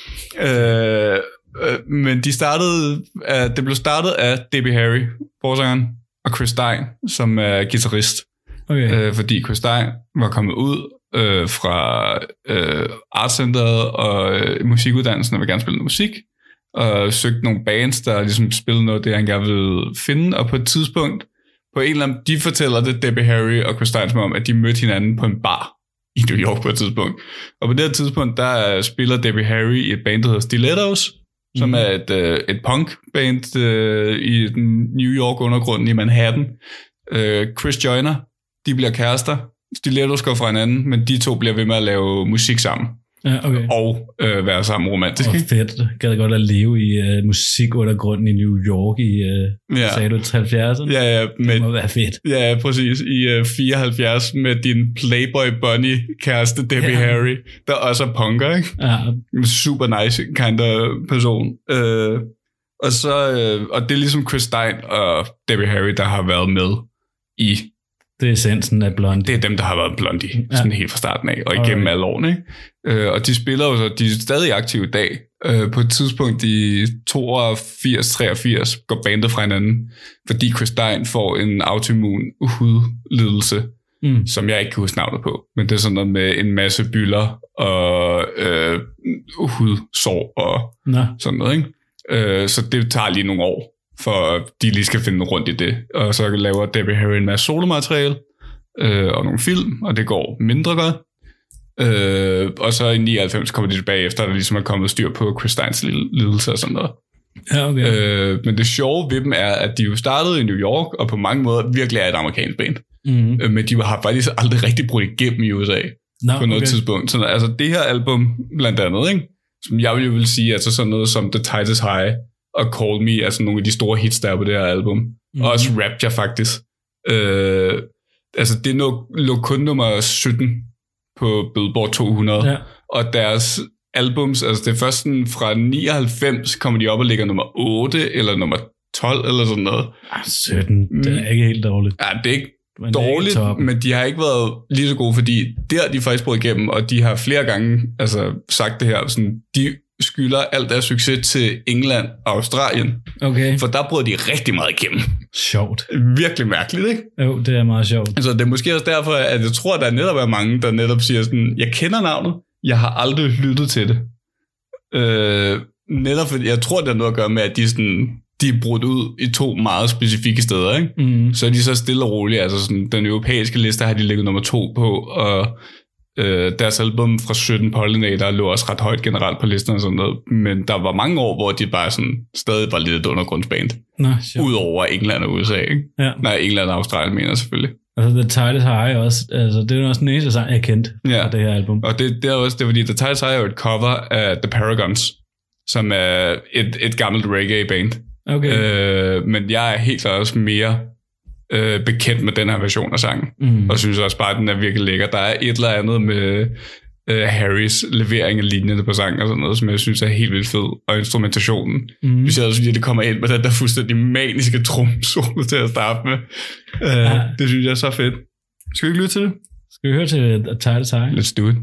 Men det blev startet af Debbie Harry, forsangeren, og Chris Stein, som er guitarist. Okay. Fordi Chris Stein var kommet ud fra Artcenteret og musikuddannelsen og vil gerne spille noget musik, og søgte nogle bands, der ligesom spillede noget, det han gerne ville finde, og på et tidspunkt, på en eller anden, de fortæller det, Debbie Harry og Chris Stein, om, at de mødte hinanden på en bar i New York på et tidspunkt. Og på det her tidspunkt, der spiller Debbie Harry i et band, der hedder Stilettos, som er et punk-band i den New York undergrunden i Manhattan. Chris joiner, de bliver kærester, Stilettos går fra hinanden, men de to bliver ved med at lave musik sammen. Ja, okay. Og være sammen romantisk. Fedt. Gad jeg godt at leve i musikundergrunden i New York i sagde du 70'erne? Ja, det må være fedt. Ja, præcis. I 74 med din Playboy Bunny kæreste Debbie Harry, der også er punker, ikke? Ja. Super nice kind of person. Og det er ligesom Chris Stein og Debbie Harry, der har været med i... Det er essensen af Blondie. Det er dem, der har været Blondie, sådan helt fra starten af, og igennem alle årene, ikke? Og de spiller jo så, de er stadig aktive i dag. På et tidspunkt i 82-83 går bandet fra hinanden, fordi Chris Stein får en autoimmun hudlidelse, som jeg ikke kan huske navnet på. Men det er sådan noget med en masse bylder og hudsår og sådan noget, ikke? Så det tager lige nogle år, for de lige skal finde rundt i det. Og så laver Debbie Harry en masse solomateriale og nogle film, og det går mindre godt. Og så i 99 kommer de tilbage efter, at der ligesom er kommet styr på Chris Steins lidelse og sådan noget. Ja, okay. Men det sjove ved dem er, at de jo startede i New York, og på mange måder virkelig er et amerikansk band. Men de har faktisk aldrig rigtig brudt igennem i USA på noget tidspunkt. Så altså det her album, blandt andet, ikke? Som jeg vil sige, altså sådan noget som The Tide is High og Call Me, altså nogle af de store hits, der er på det her album. Og også Rapture, faktisk. Altså, det lå kun nummer 17 på Billboard 200. Ja. Og deres albums, altså det er først sådan, fra 99 kommer de op og ligger nummer 8, eller nummer 12, eller sådan noget. 17, det er ikke helt dårligt. Ja, det er ikke dårligt, men de har ikke været lige så gode, fordi der er de faktisk brugt igennem, og de har flere gange sagt det her, sådan, de skylder alt deres succes til England og Australien. Okay. For der brød de rigtig meget igennem. Sjovt. Virkelig mærkeligt, ikke? Jo, det er meget sjovt. Altså, det er måske også derfor, at jeg tror, at der netop er mange, der netop siger sådan, jeg kender navnet, jeg har aldrig lyttet til det. Netop fordi, jeg tror, det har noget at gøre med, at de er brudt ud i 2 meget specifikke steder, ikke? Så er de så stille og roligt, altså sådan, den europæiske liste har de ligget nummer 2 på, og deres album fra 17 Pollinator lå også ret højt generelt på listen og sådan noget, men der var mange år, hvor de bare sådan stadig var lidt et undergrundsband. Udover England og USA, ikke? Ja. Nej, England og Australien mener selvfølgelig. Altså The Tide is High også, altså det er jo også den eneste sang, jeg kendte fra det her album. Og det er også, det er fordi The Tide is High er jo et cover af The Paragons, som er et gammelt reggae-band. Okay. Men jeg er helt klart også mere bekendt med den her version af sangen, og synes også bare, at den er virkelig lækker. Der er et eller andet med Harrys levering af linjerne på sangen og sådan noget, som jeg synes er helt vildt fed, og instrumentationen. Hvis jeg også fordi, det kommer ind med den der fuldstændig maniske tromsolo til at starte med. Det synes jeg er så fedt. Skal vi ikke lytte til det? Skal vi høre til Tide is High? Let's do it.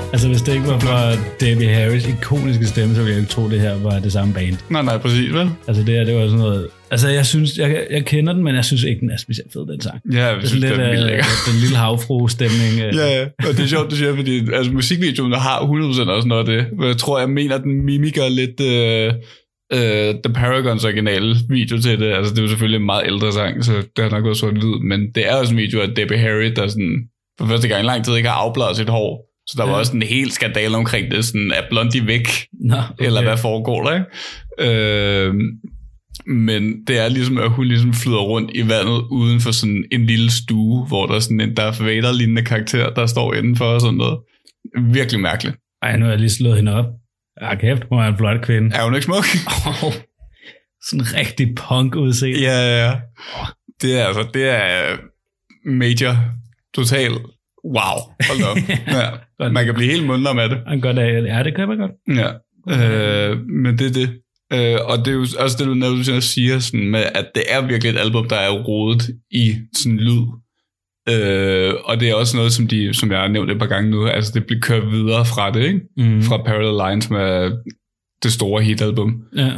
Altså, hvis det ikke var fra Debbie Harris' ikoniske stemme, så ville jeg ikke tro, det her var det samme band. Nej, præcis, vel? Altså, det var sådan noget... Altså, jeg synes, jeg kender den, men jeg synes ikke, den er specielt fed, den sang. Ja, jeg synes, det er vildt lækker. Den lille havfru-stemning. Ja, og det er sjovt, du siger, fordi altså, musikvideoen har 100% også noget af det. Jeg tror, jeg mener, at den mimiker lidt The Paragons originale video til det. Altså, det er jo selvfølgelig en meget ældre sang, så det har nok været sort-hvid, men det er også en video af Debbie Harry, der sådan, for første gang i lang tid ikke har afbladet sit hår. Så der var også en helt skandale omkring det, sådan, er Blondie væk? Okay. Eller hvad foregår der, ikke? Men det er ligesom, at hun ligesom flyder rundt i vandet uden for sådan en lille stue, hvor der er sådan en Darth Vader-lignende karakter, der står indenfor og sådan noget. Virkelig mærkeligt. Ej, nu har jeg lige slået hende op. Kæft, hun er en flot kvinde. Er hun ikke smuk? Sådan en rigtig punk-udseende. Ja. Det er major, total. Wow, hold da op. Ja. Man kan blive helt mundlam af det. Ja, det kan man godt. Ja, men det er det. Og det er jo også det, du siger, sådan med, at det er virkelig et album, der er rodet i sådan lyd. Og det er også noget, som jeg har nævnt et par gange nu, altså det bliver kørt videre fra det, ikke? Mm. Fra Parallel Lines med det store hitalbum. Ja.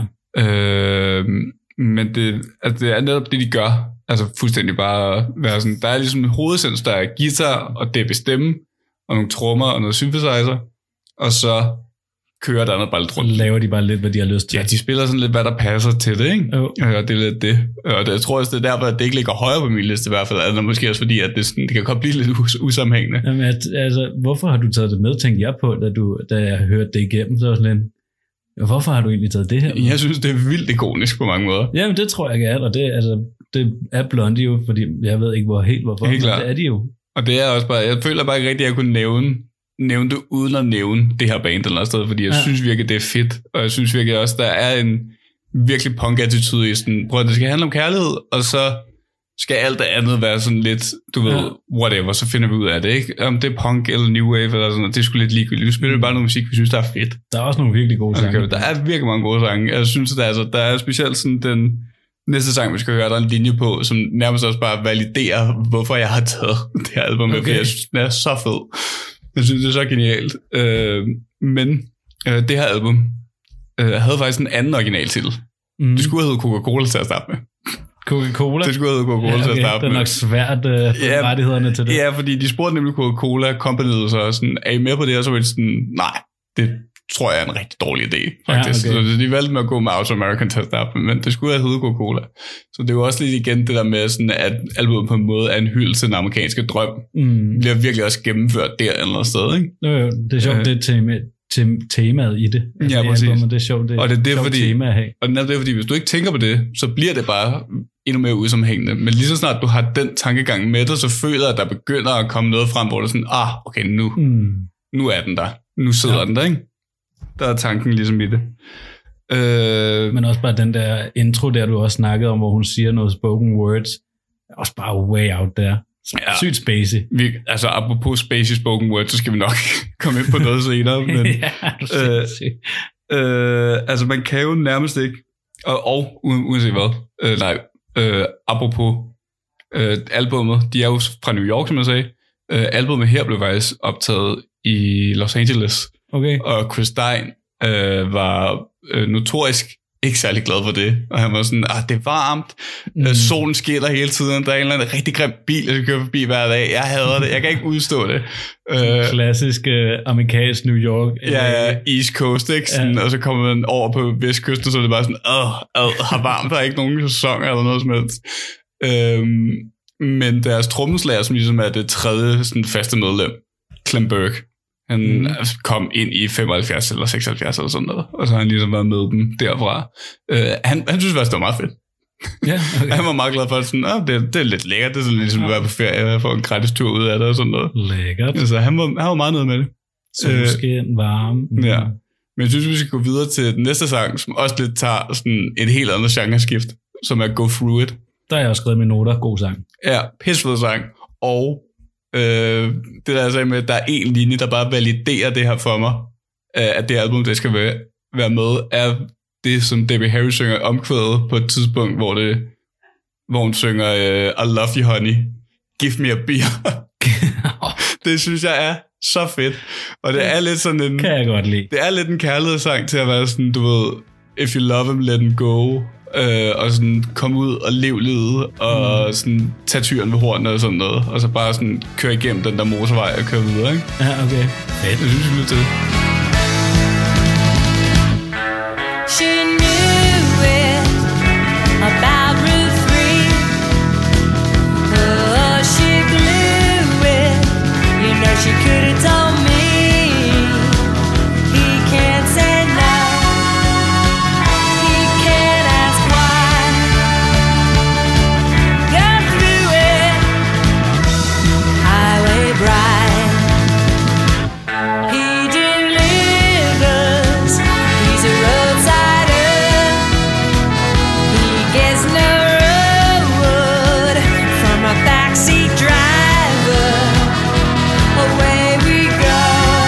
Men det er netop det, de gør. Altså fuldstændig bare være sådan, der er ligesom en hovedsens, der er guitar og det bestemme, og nogle trommer og noget synthesizer, og så kører der andet bare lidt rundt. Laver de bare lidt, hvad de har lyst til. Ja, de spiller sådan lidt, hvad der passer til det, ikke? Oh. Og det er lidt det. Og jeg tror også, det er derfor, at det ikke ligger højere på min liste i hvert fald. Altså måske også fordi, at det kan godt blive lidt usammenhængende. Jamen, altså, hvorfor har du taget det med, tænkte jeg på, da jeg hørte det igennem, så var sådan lidt, hvorfor har du egentlig taget det her med? Jeg synes, det er vildt ikonisk på mange måder. Jamen, det tror jeg er, og det er Blondie jo, fordi jeg ved ikke hvorfor, helt klart. Det er de jo. Og det er også bare, jeg føler bare ikke rigtigt, at jeg kunne nævne det uden at nævne det her band eller sted, fordi jeg synes virkelig, det er fedt, og jeg synes virkelig også, der er en virkelig punk-attitude i sådan, prøv at det skal handle om kærlighed, og så skal alt det andet være sådan lidt, du ved, whatever, så finder vi ud af det, ikke? Om det er punk eller new wave eller sådan noget, det er sgu lidt ligegyldigt. Vi spiller bare noget musik, vi synes, der er fedt. Der er også nogle virkelig gode sange. Der er virkelig mange gode sange. Jeg synes, der er specielt sådan den næste sang, vi skal høre, der er en linje på, som nærmest også bare validerer, hvorfor jeg har taget det her album med, fordi jeg synes, den er så fed. Jeg synes, det er så genialt. Men det her album havde faktisk en anden originaltitel. Det skulle have heddet Coca-Cola til at starte med. Coca-Cola? Det skulle have heddet Coca-Cola til at starte med. Det er nok svært rettighederne til det. Ja, fordi de spurgte nemlig Coca-Cola Company, så sådan, er I med på det? Og så var de sådan, nej, det tror jeg er en rigtig dårlig idé, faktisk. Ja, okay. Så de valgte med at gå med Out American til at starte med, men det skulle have heddet Coca-Cola. Så det er jo også lidt igen det der med, sådan, at albumet på en måde er en hyldest til den amerikanske drøm. Bliver virkelig også gennemført der eller andet sted, ikke? Jo, det er sjovt, det temaet i det. Altså, ja, præcis. Albumet, det er sjovt, og det er sjovt fordi, tema at have. Og det er fordi, hvis du ikke tænker på det, så bliver det bare endnu mere udsammenhængende. Men lige så snart du har den tankegang med dig, så føler jeg, at der begynder at komme noget frem, hvor det er sådan, okay, nu er den der. Nu sidder den der, ikke? Der er tanken ligesom i det. Men også bare den der intro, der du også snakkede om, hvor hun siger noget spoken words, er også bare way out there. Sygt spacey. Altså apropos spacey spoken words, så skal vi nok komme ind på noget senere. Men, altså man kan jo nærmest ikke, og uanset hvad, apropos albummet, de er jo fra New York, som jeg sagde. Albummet her blev faktisk optaget i Los Angeles. Okay. Og Chris Stein var notorisk ikke særlig glad for det. Og han var sådan, det er varmt, solen skinner hele tiden, der er en eller anden rigtig grim bil, jeg skal køre forbi hver dag. Jeg hader det, jeg kan ikke udstå det. Klassisk amerikansk New York. Ja, East Coast, ikke? Sådan, og så kommer man over på Vestkysten, så er det bare sådan, har varmt, der er ikke nogen sæsoner eller noget som helst. Men deres trommeslager, som ligesom er det tredje sådan, faste medlem, Clem Burke, han kom ind i 75 eller 76 eller sådan noget, og så har han ligesom været med dem derfra. Han synes faktisk, det var meget fedt. Ja, okay. Han var meget glad for, at sådan, det er lidt lækkert, det er sådan ligesom at være på ferie og få en gratis tur ud af det og sådan noget. Lækkert. Altså, han var meget nede med det. Solskin, varme. Ja. Men jeg synes, vi skal gå videre til den næste sang, som også lidt tager sådan et helt andet genreskift, som er Go Through It. Der har jeg også skrevet mine noter. God sang. Ja, pissefed sang. Og det der jeg sagde med, at der er en linje, der bare validerer det her for mig, at det album, det skal være med, er det, som Debbie Harry synger omkvædet på et tidspunkt, hvor hun synger I love you honey, give me a beer. Det synes jeg er så fedt. Og det er lidt sådan en... Kan jeg godt lide. Det er lidt en kærlighedssang til at være sådan, du ved, if you love him, let him go. Og sådan komme ud og leve livet, og sådan tage tyren ved hornene og sådan noget. Og så bare sådan køre igennem den der motorvej og køre videre, ikke? Ja, okay. Fedt. Det synes jeg lidt til. She knew it about Route 3. Oh, she blew it. You know she could have told me he can't say no. He can't ask why. Go through it, highway bride. He delivers. He's a roadsider. He gets no road from a backseat driver. Away we go.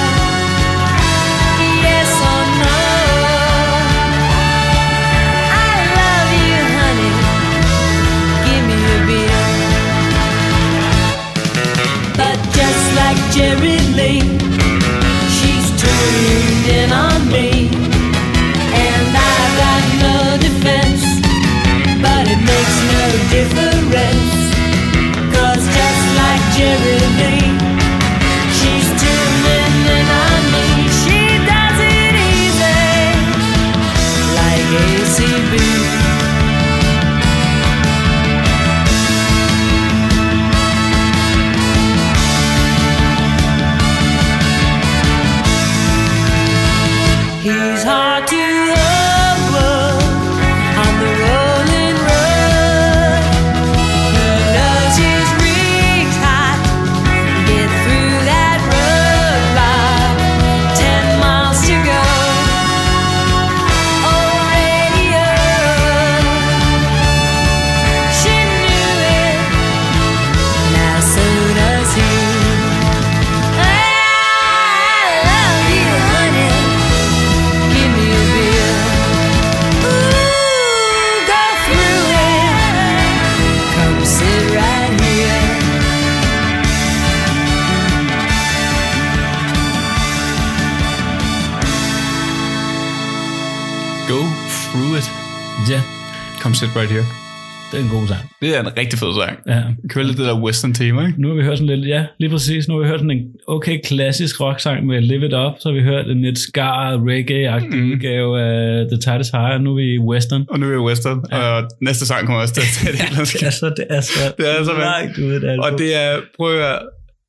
Yes or no? I love you, honey. Give me a beer. But just like Jerry Lee, she's turned in on me. And I've got no defense, but it makes no difference. 'Cause just like Jerry Lee, she's turning in on me. She does it easy, like ACB. He's hard to hold on the rolling road. He knows his ring's hot. Get through that roadblock. 10 miles to go. Oh, radio. She knew it. Now so does he. I love you, honey. Give me a beer. Ooh, go through it. Come sit right here. Go through it. Ja, Come sit right here. det er en god sang. Det er en rigtig fed sang. Ja. Kører lidt det der western tema, ikke? Nu har vi hørt sådan lidt, ja, lige præcis. Nu har vi hørt sådan en okay klassisk rocksang med Live It Up. Så har vi hørt en lidt scar reggae-agtig udgave af The Tide Is High, og nu er vi i western. Og nu er vi i western, og næste sang kommer også til at tage det. Det er så Det er så langt ude et album. Og det er, prøv at høre,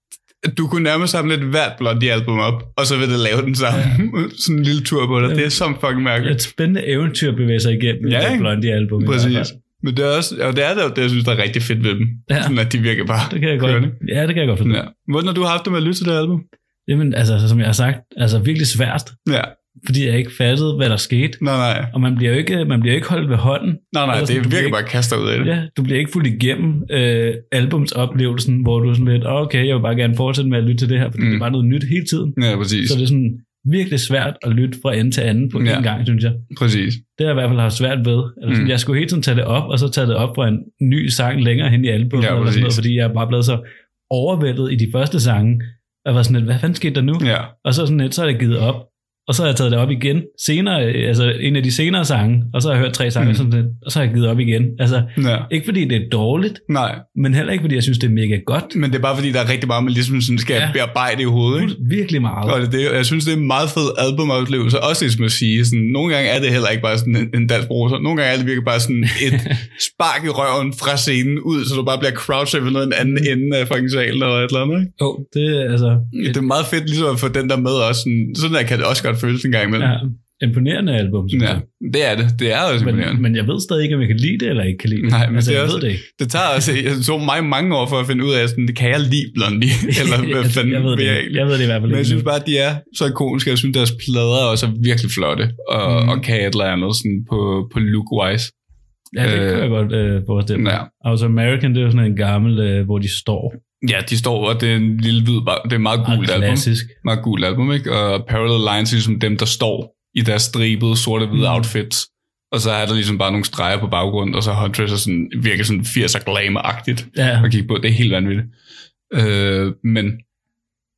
du kunne nærmest samle et hvert Blondie-album op, og så vil det lave den sammen. Sådan en lille tur på det. Det er så fucking mærkeligt. Et spændende eventyr bevæger sig igennem Ja, i det ikke? Blondie-album. Præcis. Men det er også, og det er det, jeg synes, der er rigtig fedt ved dem. Ja. Sådan at de virker bare Det kan jeg godt. kørende. Ja, det kan jeg godt forstå. Ja. Hvordan har du haft det med at lytte til det album? Jamen, altså, som jeg har sagt, altså virkelig svært, Ja. fordi jeg ikke fattede, hvad der skete. Nej. Og man bliver jo ikke holdt ved hånden. Nej, Altså, det du bliver virker ikke- bare kaster ud af det. Ja, du bliver ikke fuldt igennem albumsoplevelsen, hvor du er sådan lidt, okay, jeg vil bare gerne fortsætte med at lytte til det her, fordi det er bare noget nyt hele tiden. Ja, præcis. Så det er sådan virkelig svært at lytte fra ende til anden på en gang, synes jeg. Præcis. Det har jeg i hvert fald haft svært ved. Altså, jeg skulle hele tiden tage det op, og så tage det op fra en ny sang længere hen i albumet, Ja, eller sådan noget, præcis. fordi jeg er bare blevet så overvældet i de første sange. Jeg var sådan lidt, hvad fanden skete der nu? Ja. Og så sådan lidt, så er det givet op. Og så har jeg taget det op igen senere, altså en af de senere sange, og så har jeg hørt 3 sange, sådan lidt, og så har jeg givet op igen. Altså, Ja. ikke fordi det er dårligt, Nej. men heller ikke fordi jeg synes, det er mega godt. Men det er bare fordi, der er rigtig meget, man ligesom sådan skal Ja. bearbejde i hovedet, ikke? Virkelig meget. Og det, jeg synes, det er en meget fed albumoplevelse, også hvis man siger, sådan, nogle gange er det heller ikke bare sådan en dansk bruser, nogle gange er det virkelig bare sådan et spark i røven fra scenen ud, så du bare bliver crowdsurfet noget en anden ende af fucking salen eller et eller andet, ikke? Jo, det er altså... Det er meget fedt ligesom at få den der med også, sådan der kan det også godt føles en gang imellem. Ja, imponerende album, synes Ja, jeg. det er det. Det er også imponerende. Men jeg ved stadig ikke, om jeg kan lide det, eller ikke kan lide det. Nej, men altså, det er jeg også, ved det ikke. det tager også, jeg så mig mange år for at finde ud af, sådan, kan jeg lide Blondie? Eller hvad fanden jeg ved det vil ikke. Jeg ved det i hvert fald Men jeg ikke. synes bare, at de er så ikoniske. Jeg synes, deres plader også er virkelig flotte. Og kan et eller andet sådan på look-wise. Ja, det kan jeg godt forestille mig. Ja. Altså American, det er jo sådan en gammel, hvor de står. Ja, de står, og det er en lille hvid, det er meget gult album. Klassisk. Meget gult album, ikke? Og Parallel Lines er ligesom dem, der står i deres stribede, sorte-hvide outfits. Og så er der ligesom bare nogle streger på baggrund, og så Huntress er sådan, virker sådan 80'er glamour-agtigt Ja. at kigge på. Det er helt vanvittigt. Men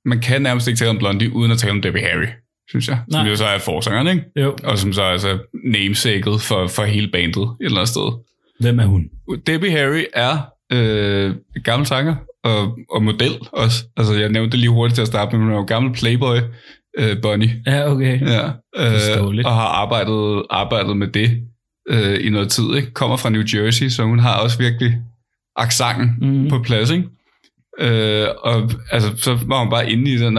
man kan nærmest ikke tale om Blondie, uden at tale om Debbie Harry, synes jeg. Som jo så er forsangeren, ikke? Jo. Og som så er altså namesaket for hele bandet et eller andet sted. Hvem er hun? Debbie Harry er gammel sanger og model også. Altså, jeg nævnte det lige hurtigt til at starte med, hun er jo gammel Playboy Bunny. Ja, okay. Ja, og har arbejdet med det i noget tid, ikke? Kommer fra New Jersey, så hun har også virkelig accenten på plads, ikke? Og altså, så var hun bare inde i den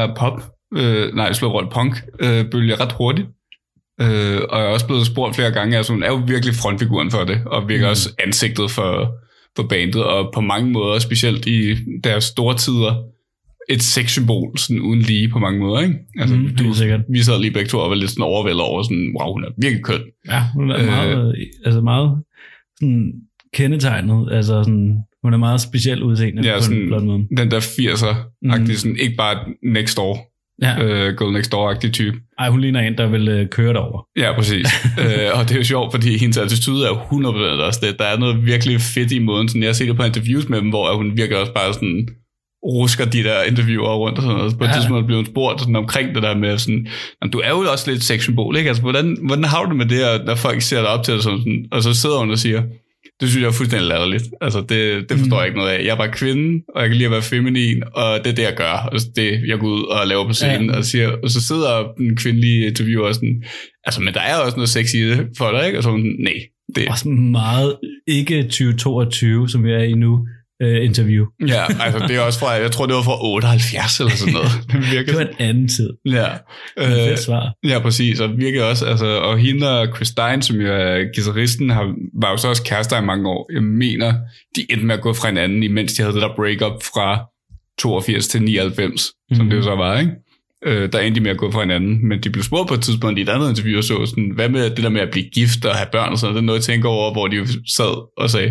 der punk-bølge ret hurtigt. Og er også blevet spurgt flere gange, altså hun er jo virkelig frontfiguren for det, og virkelig også ansigtet for bandet, og på mange måder, specielt i deres store tider, et sexsymbol, sådan uden lige på mange måder, ikke? Altså, vi sad lige begge to og var lidt sådan overvældet over, sådan, wow, hun er virkelig køn. Ja, hun er meget sådan kendetegnet, altså sådan, hun er meget speciel udseende. Ja, sådan, den der 80'er-agtige, sådan, ikke bare Next Door, Girl Next Door-agtig type. Ej, hun ligner en, der vil køre derover. Ja, præcis. Og det er jo sjovt, fordi hendes attitude er 100% også det. Der er noget virkelig fedt i måden. Sådan, jeg har set det på interviews med dem, hvor hun virkelig også bare sådan rusker de der interviewer rundt og sådan noget. På et tidspunkt blev hun spurgt sådan omkring det der med sådan, du er jo også lidt sexsymbol, ikke? Altså, hvordan har du det med det, når folk ser dig op til det sådan, og så sidder hun og siger, det synes jeg er fuldstændig latterligt. Altså, det forstår jeg ikke noget af. Jeg er bare kvinde, og jeg kan lide at være feminin, og det er det, jeg gør. Altså, det, jeg går ud og laver på scenen, og så sidder den kvindelige interviewer sådan, altså, men der er også noget sex i det for dig, ikke? Og så nej. Det også meget ikke 2022, som vi er i nu, interview. Ja, altså det er også fra, jeg tror det var fra 78 eller sådan noget. Det var en anden tid. Ja. Det svar. Ja, præcis. Og virkelig også, altså, og hende og Chris Stein, som jo er guitaristen, var jo så også kærester i mange år. Jeg mener, de endte med at gå fra hinanden, imens de havde det der breakup fra 82 til 99, som det jo så var, ikke? Der endte de med at gå fra hinanden, men de blev spurgt på et tidspunkt i et andet interview og så sådan, hvad med det der med at blive gift og have børn og sådan noget, det er noget, jeg tænker over, hvor de jo sad og sagde,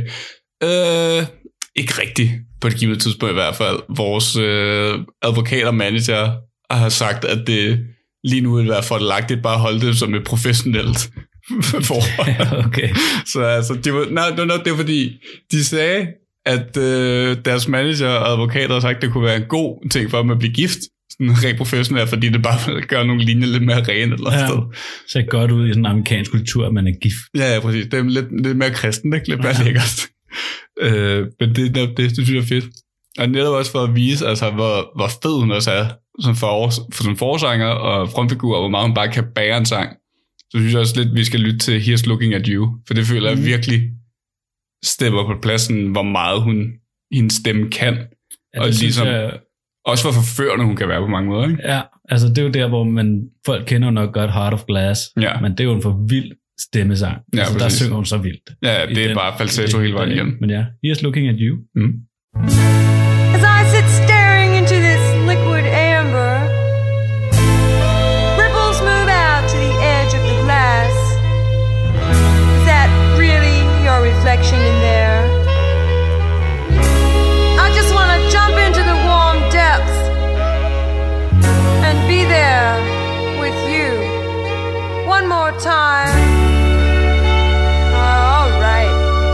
ikke rigtigt på et givet tidspunkt i hvert fald. Vores advokat og manager har sagt, at det lige nu vil være fordelagtigt bare at holde det som et professionelt forhold. Okay. Så altså, det var fordi, de sagde, at deres manager og advokater har sagt, at det kunne være en god ting for dem at blive gift. Sådan rent professionelt, fordi det bare gør nogle linjer lidt mere rene eller sted. Det ser godt ud i sådan en amerikansk kultur, at man er gift. Ja, præcis. Det er lidt mere kristen, ikke? Lidt mere lækkert. Men det synes jeg er fedt. Og netop også for at vise, altså, hvor fed hun også er som forsanger og frontfigur, og hvor meget hun bare kan bære en sang. Så synes jeg også lidt, vi skal lytte til Here's Looking at You, for det føler jeg virkelig stepper på pladsen, hvor meget hendes stemme kan. Ja, og ligesom også hvor forførende hun kan være på mange måder, ikke? Ja, altså det er jo der, hvor folk kender jo nok godt Heart of Glass, men det er jo en for vild stemmesang. Ja, altså, der synger hun så vildt. Ja, det er bare falsetto hele vejen hjem. Men ja, Here's Looking at You. As I sit staring into this liquid amber, ripples move out to the edge of the glass. Is that really your reflection in there? I just want to jump into the warm depths and be there with you one more time. All right.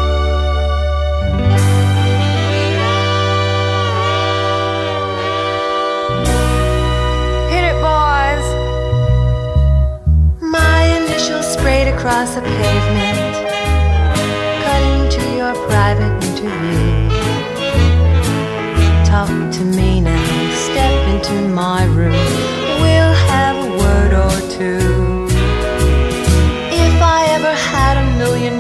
Hit it, boys. My initials sprayed across the pavement, cutting to your private interview. Talk to me now, step into my room, we'll have a word or two. If I ever had $1 million,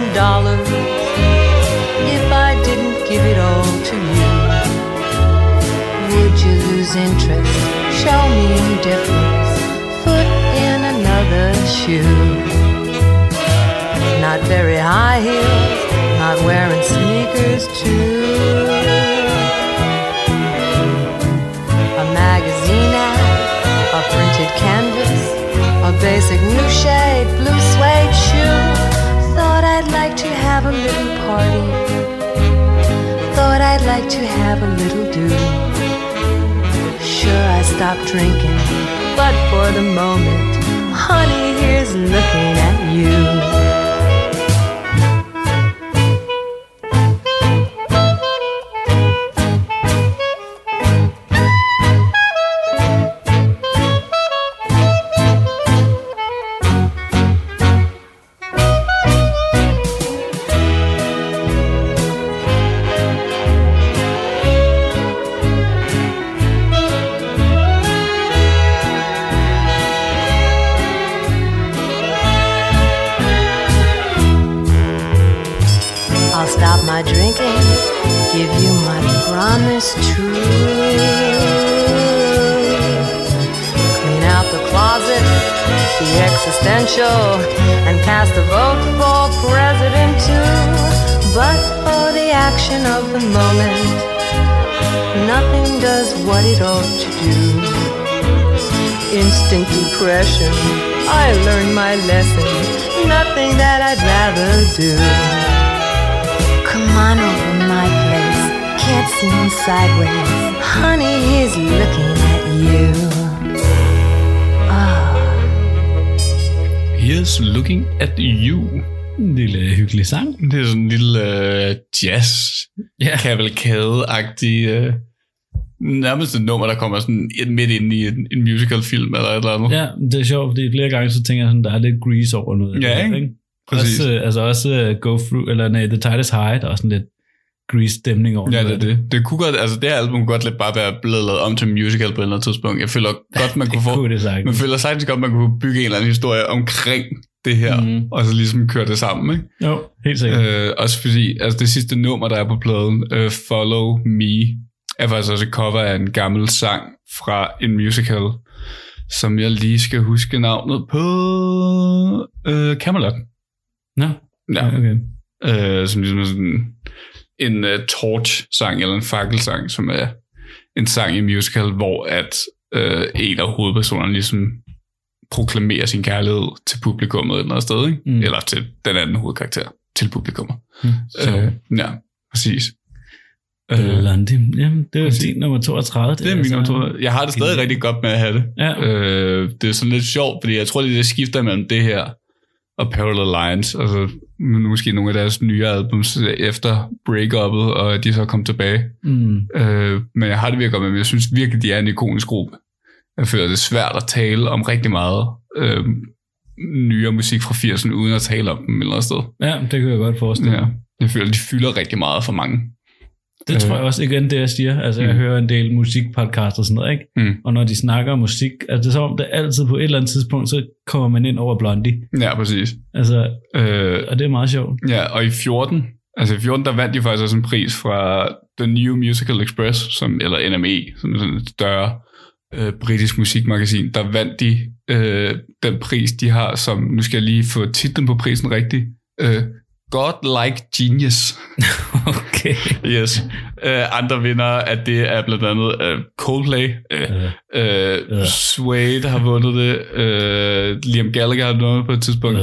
if I didn't give it all to you, would you lose interest, show me indifference, foot in another shoe? Not very high heels, not wearing sneakers too. A magazine ad, a printed canvas, a basic new shade, blue suede shoe. Thought I'd like to have a little party, thought I'd like to have a little do. Sure, I stopped drinking, but for the moment, honey, here's looking at you. my drinking, give you my promise true. Clean out the closet, the existential, and cast a vote for president too. But for the action of the moment, nothing does what it ought to do. Instant depression, I learned my lesson, nothing that I'd rather do. Come on over my place, can't see him sideways, honey, he's looking at you. He's looking at you. En lille hyggelig sang. Det er sådan en lille jazz, kavalkade-agtig, nærmest et nummer, der kommer sådan midt ind i en musical-film eller et eller andet. Ja, det er sjovt, fordi flere gange så tænker jeg sådan, der er lidt Grease over noget. Ja, ikke? Præcis. Også Go Through, eller nej, The Tide is High, der er sådan lidt Grease-stemning over ja, noget. det. Det kunne godt, altså det her album kunne godt lidt bare være blevet lavet om til en musical på et eller andet tidspunkt. Jeg føler godt, man kunne få, man føler sagtens godt, man kunne bygge en eller anden historie omkring det her, og så ligesom køre det sammen, ikke? Jo, helt sikkert. Også fordi, altså det sidste nummer, der er på pladen, Follow Me, er faktisk også et cover af en gammel sang fra en musical, som jeg lige skal huske navnet på, Camelot. Nå, ja. Okay. Som ligesom er sådan en torch-sang, eller en fakkelsang, som er en sang i musical, hvor at en af hovedpersonerne ligesom proklamerer sin kærlighed til publikummet et eller andet sted, ikke? Eller til den anden hovedkarakter, til publikummet. Ja, præcis. Blondie. Jamen, det er jo din nummer 32. Det er min nummer 32. Jeg har det stadig rigtig godt med at have det. Ja. Det er sådan lidt sjovt, fordi jeg tror, det skifter mellem det her og Parallel Lines, altså måske nogle af deres nye albums efter break-uppet, og de så kom tilbage. Men jeg har det virkelig godt med, men jeg synes virkelig, de er en ikonisk gruppe. Jeg føler, det er svært at tale om rigtig meget nyere musik fra 80'erne, uden at tale om dem et eller andet sted. Ja, det kan jeg godt forestille. Ja. Jeg føler, de fylder rigtig meget for mange. Det tror jeg også igen, det jeg siger. Altså, jeg hører en del musikpodcasts og sådan noget, ikke? Og når de snakker om musik, altså det er som om, det altid på et eller andet tidspunkt, så kommer man ind over Blondie. Ja, præcis. Altså, og det er meget sjovt. Ja, og i 14, der vandt de faktisk også en pris fra The New Musical Express, eller NME, som er sådan et større britisk musikmagasin. Der vandt de den pris, de har, som, nu skal jeg lige få titlen på prisen rigtig, Godlike Genius. Okay. Yes. Andre vinder af det er blandt andet Coldplay. Suede har vundet det. Liam Gallagher har vundet på et tidspunkt.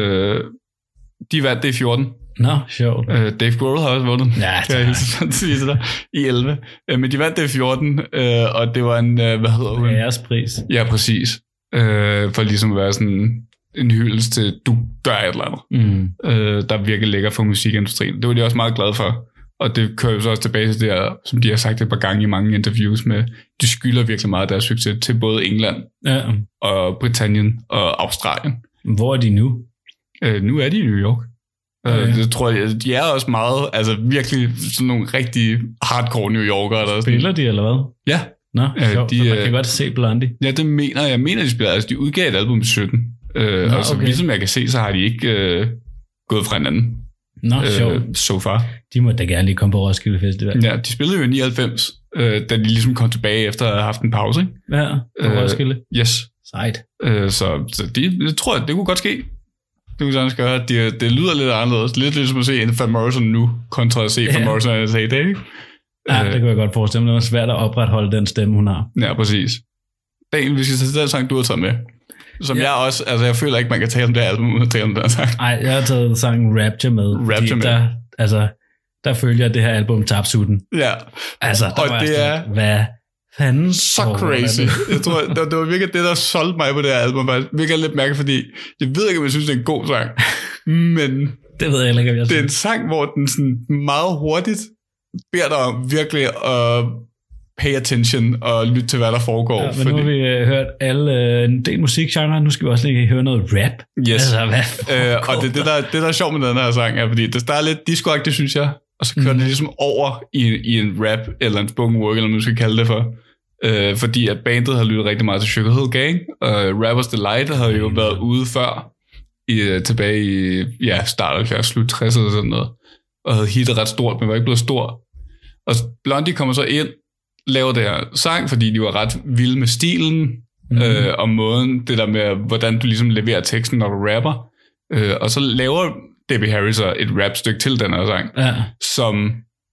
De vandt det i 14. Nå, sjovt. Dave Grohl har også vundet. Ja, tak. I 11. Men de vandt det i 14, og det var en, hvad hedder hun? Ærespris. Ja, præcis. For ligesom at være sådan en hyldest til, du gør et eller andet, der virkelig lækker for musikindustrien. Det var de også meget glade for. Og det kører jo så også tilbage til det her, som de har sagt et par gange i mange interviews med, de skylder virkelig meget af deres succes til både England og Britannien og Australien. Hvor er de nu? Nu er de i New York. Det tror jeg, de er også meget, altså virkelig sådan nogle rigtig hardcore New Yorkere. Der Spiller de, eller hvad? Ja. Nå, sjovt, så man kan godt se Blondie. Ja, det mener jeg. Jeg mener, de spiller, altså de udgav et album i 17. Og så ligesom jeg kan se, så har de ikke gået fra hinanden. Nå, sjovt. So far. De må da gerne lige komme på Roskilde Festival. Ja, de spillede jo i 99, da de ligesom kom tilbage efter at have haft en pause, ikke? Ja, på Roskilde. Yes. Sejt. Så det tror jeg, det kunne godt ske. Det kunne sådan gøre, at det lyder lidt anderledes. Lidt ligesom at se en Van Morrison nu, kontra at se Van Morrison i dag, ikke? Ja, det kan jeg godt forestille mig. Det er svært at opretholde den stemme, hun har. Ja, præcis. Daniel, vi skal tage den sang, du har taget med. Som jeg også, altså jeg føler ikke, man kan tale om det album, uden at tale om den sang. Nej, jeg har taget sangen Rapture med. Der følger jeg det her album Tapsutten. Ja. Altså, og det er... Hvad fanden? Så crazy. Jeg tror, det var virkelig det, der solgte mig på det her album. Virkelig lidt mærke, fordi jeg ved ikke, om jeg synes, det er en god sang. Men... Det ved jeg heller ikke, om jeg synes. Det er en sang, hvor den sådan meget hurtigt beder dig om virkelig at pay attention og lytte til, hvad der foregår. Ja, men nu har vi hørt en del musikgenre, nu skal vi også lige høre noget rap. Yes. Altså, og det der er sjovt med den her sang, er, fordi det starter lidt disco-agtigt, synes jeg, og så kører det ligesom over i en rap, eller en spoken word, eller hvad man skal kalde det for. Fordi at bandet har lyttet rigtig meget til Sugar Hill Gang, og Rapper's Delight havde jo været ude før, tilbage i start af slut 60'erne og sådan noget. og havde hittet ret stort, men var ikke blevet stor. Og Blondie kommer så ind, laver det her sang, fordi de var ret vilde med stilen, og måden, det der med, hvordan du ligesom leverer teksten, når du rapper. Og så laver Debbie Harry så et rapstykke til den her sang, som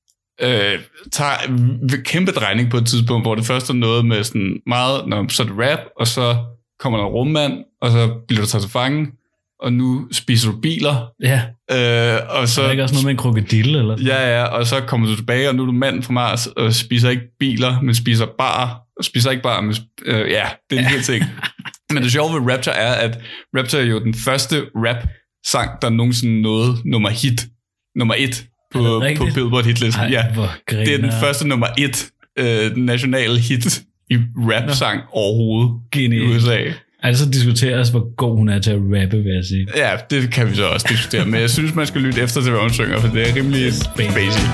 tager kæmpe drejning på et tidspunkt, hvor det først er noget med sådan meget, så er det rap, og så kommer der en rummand, og så bliver du taget til fange, og nu spiser du biler. Ja. Og så er der ikke også noget med en krokodille? Eller sådan? Ja, og så kommer du tilbage, og nu er du mand fra Mars, og spiser ikke biler, men spiser bar. Og spiser ikke bar, men det er en hel ting. Men det sjove ved Rapture er, at Rapture er jo den første rap-sang, der nogensinde nåede nummer 1 på Billboard hitlisten. Ja, det er den første nummer 1 nationale hit i rap-sang overhovedet i USA. Altså diskuteres, hvor god hun er til at rappe, vil jeg sige. Ja, det kan vi så også diskutere, men jeg synes, man skal lytte efter til, hvad hun synger, for det er rimelig basic.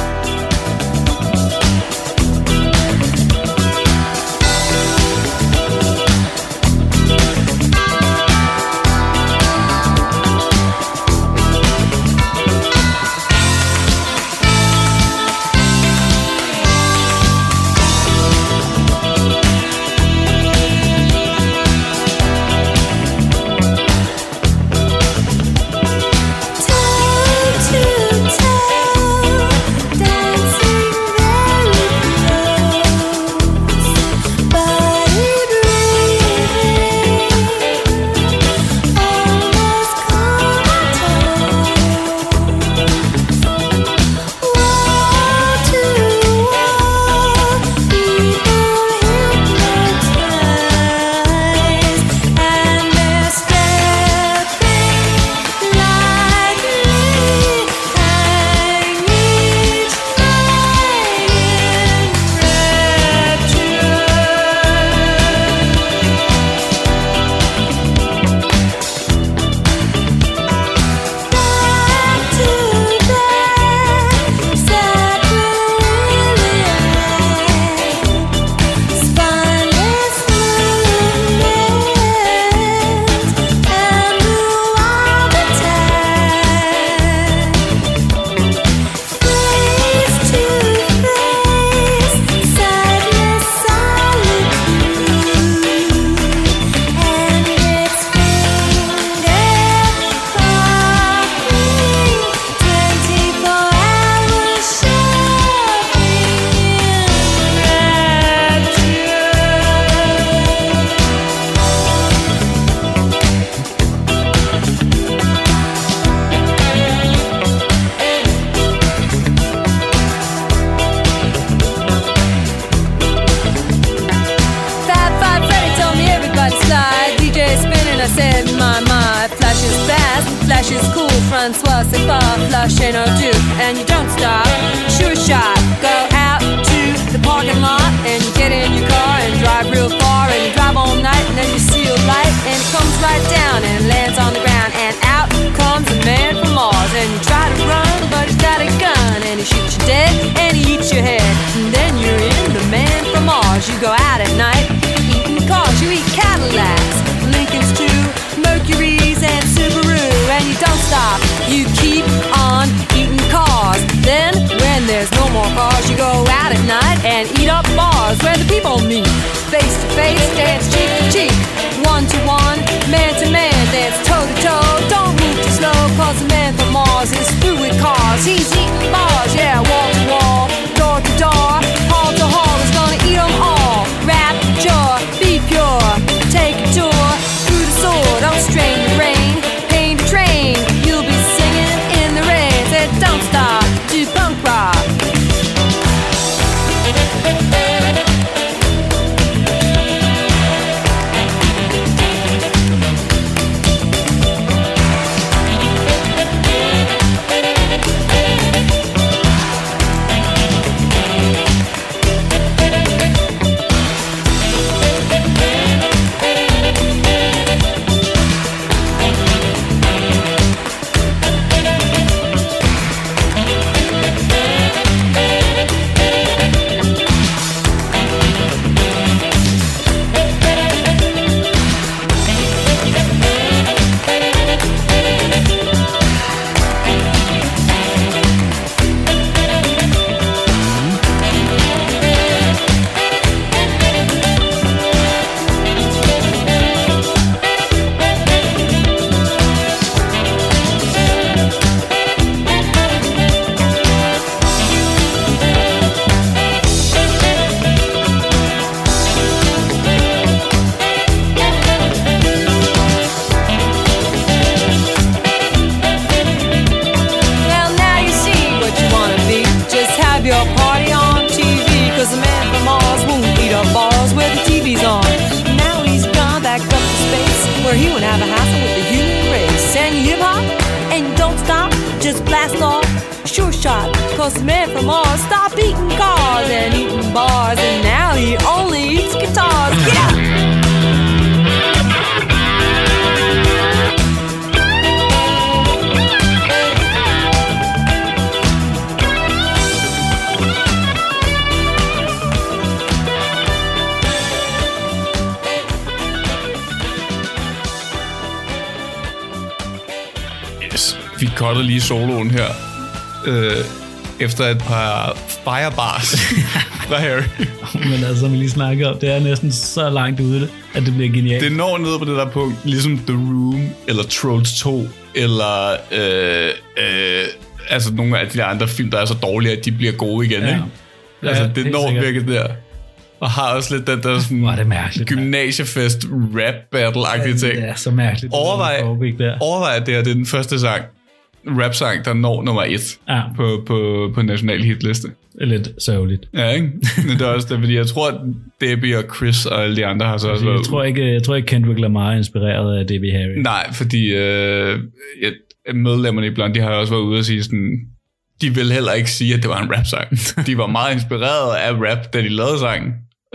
Flush ain't no do, and you don't stop. Sure shot, go out to the parking lot and you get in your car and drive real far and you drive all night and then you see a light and it comes right down and lands on the ground and out comes a man from Mars and you try to run but he's got a gun and he shoots you dead and he eats your head and then you're in the Man from Mars. You go out at night eating cars, you eat Cadillacs, Lincolns too, Mercuries and Subaru, and you don't stop. You keep on eating cars. Then, when there's no more cars, you go out at night and eat up bars where the people meet. Face to face, dance cheek to cheek. One to one, man to man, dance toe to toe. Don't move too slow, cause the Man from Mars is through with cars. He's eating bars, yeah, wall to wall, door to door, hall to hall. He's gonna eat them all. Rapture, be pure, take a tour through the sword. Don't strain your brain, paint a train. You'll be singing in the rain. Said don't stop, do punk rock. was meant for Mars. Stopped eating cars and eating bars, and now he only eats guitars. Get up! Vi cutter lige soloen her. Efter et par firebars fra Harry. Men altså, som vi lige snakkede om, det er næsten så langt ude, at det bliver genialt. Det når ned på det der punkt, ligesom The Room, eller Trolls 2, eller altså nogle af de andre film, der er så dårlige, at de bliver gode igen, ikke? Ja, altså, det når virkelig der. Og har også lidt den der sådan det mærkeligt, gymnasiefest rap battle-agtige ting. Det er så mærkeligt. Overvej, at det her det er den første sang, rap-sang, der når nummer 1 på national hitliste. Lidt sørgeligt. Ja, ikke? Men det er også det, fordi jeg tror, at Debbie og Chris og alle de andre har så også været... Jeg tror ikke Kendrick Lamar er inspireret af Debbie Harry. Nej, fordi medlemmerne i Blond, de har også været ude og sige sådan... De ville heller ikke sige, at det var en rap-sang. De var meget inspireret af rap, da de lavede sangen.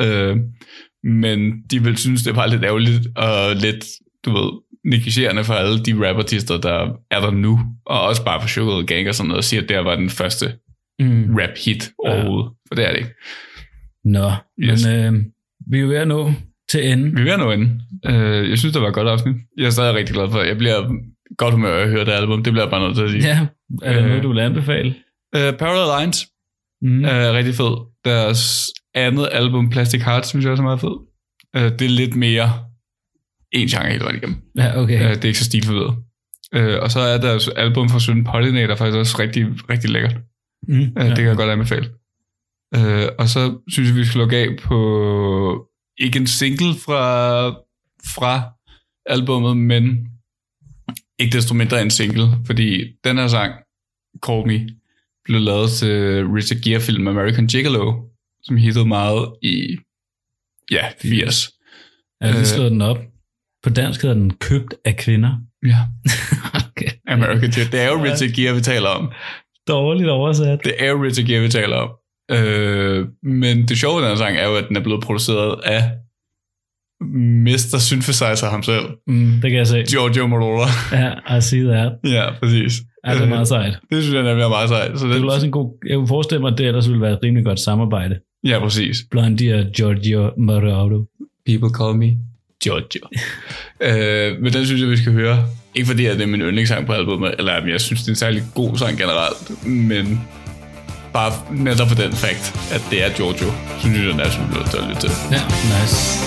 Men de ville synes, det var lidt ærgerligt og lidt, du ved, negligerende for alle de rapartister, der er der nu. Og også bare for Sugar Gang og sådan noget, og siger, at det var den første rap-hit overhovedet. For det er det ikke. Nå, yes. Men vi er jo ved at nå til enden. Vi er ved at nå enden. Jeg synes, det var et godt afsnit. Jeg er stadig rigtig glad for det. Jeg bliver godt humør at høre det album. Det bliver jeg bare nødt til at sige. Ja, er der noget, du vil anbefale? Parallel Lines er rigtig fed. Deres andet album, Plastic Hearts, synes jeg også er meget fed. Det er lidt mere en genre helt ret igennem. Ja, okay. Det er ikke så stilforvirret. Og så er deres album fra Søn Pollinator faktisk også rigtig, rigtig lækkert. Det kan jeg godt anbefale. Og så synes jeg, vi skal lukke af på ikke en single fra albummet, men ikke desto mindre en single, fordi den her sang, Call Me, blev lavet til Richard Gere-film American Gigolo, som hittede meget i 80. Jeg har lige slået den op. På dansk hedder den Købt af kvinder. Ja. Okay. American Gigolo. Det er jo Richard Gere, vi taler om. Dårligt oversat. Det er jo Richard Gere, vi taler om. Men det sjove af den her sang er jo, at den er blevet produceret af Mr. Synthesizer ham selv. Det kan jeg se. Giorgio Moroder. Ja, I see that. Ja, præcis. Ja, det er meget sejt. Det synes jeg nemlig er meget sejt. Så det er også en god... Jeg kunne forestille mig, at det ellers ville være et rimelig godt samarbejde. Ja, præcis. Blondie og Giorgio Moroder. People call me Giorgio. Men den synes jeg, vi skal høre. Ikke fordi, at det er min yndlingssang på albumet, eller jeg synes, det er en særlig god sang generelt, men bare netop for den fakt, at det er Giorgio, synes jeg, den er sådan noget at lytte til. Ja, nice.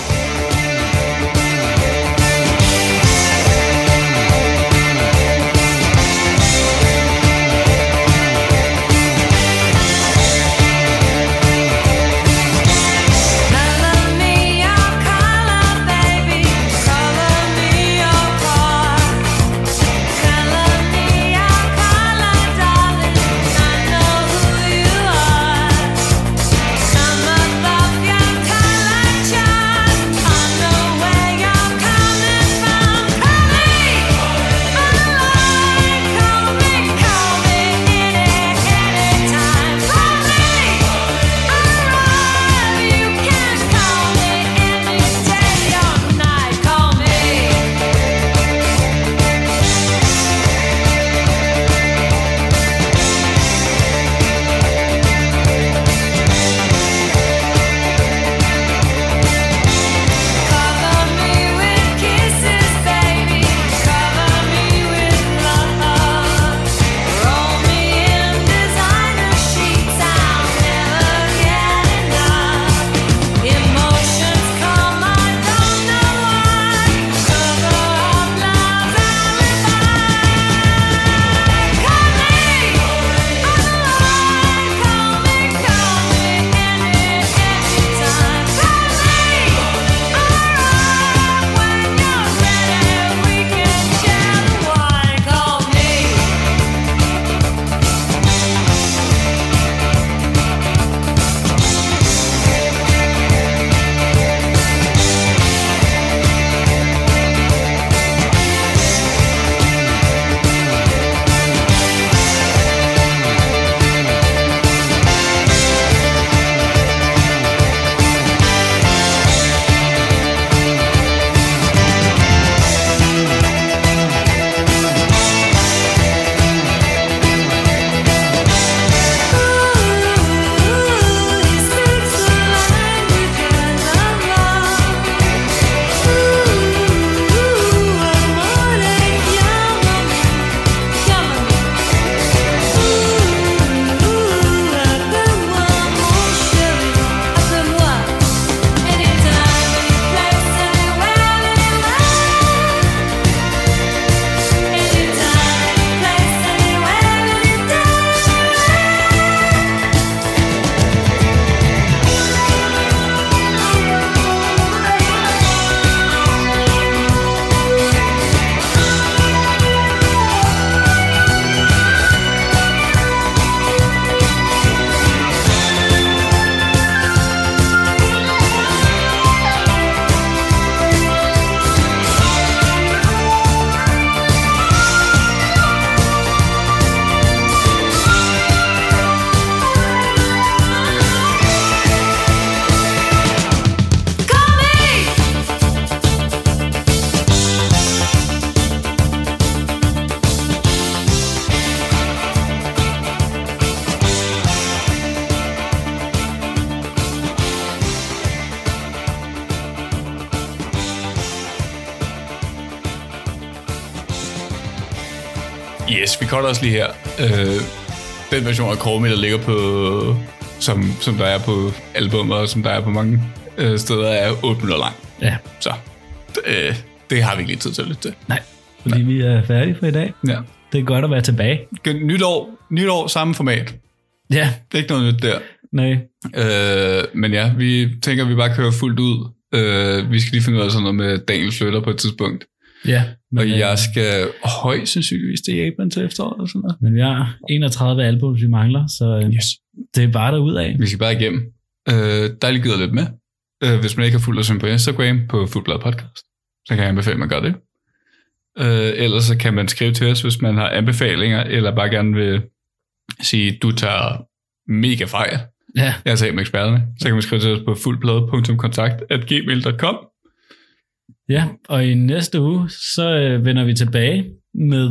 Yes, vi cutter også lige her. Den version af Call Me, der ligger på, som der er på albumer, og som der er på mange steder, er 8 minutter lang. Ja. Så det har vi ikke lige tid til at lytte til. Nej, fordi vi er færdige for i dag. Ja. Det er godt at være tilbage. Nytår, samme format. Ja. Det er ikke noget nyt der. Nej. Men ja, vi tænker, at vi bare kører fuldt ud. Vi skal lige finde ud af sådan noget med Daniel flytter på et tidspunkt. Ja. Og jeg skal højst sandsynligvis til Japan til efteråret og sådan noget. Men vi har 31 albums, vi mangler, så Yes. det er bare derudad. Vi skal bare igennem. Der er lige givet lidt med. Hvis man ikke har fulgt os på Instagram på Fuldblad Podcast, så kan jeg anbefale, at man gør det. Ellers så kan man skrive til os, hvis man har anbefalinger, eller bare gerne vil sige, du tager mega fejl. Ja. Jeg har talt med eksperterne. Så kan man skrive til os på fuldblad.kontakt@gmail.com. Ja, og i næste uge, så vender vi tilbage med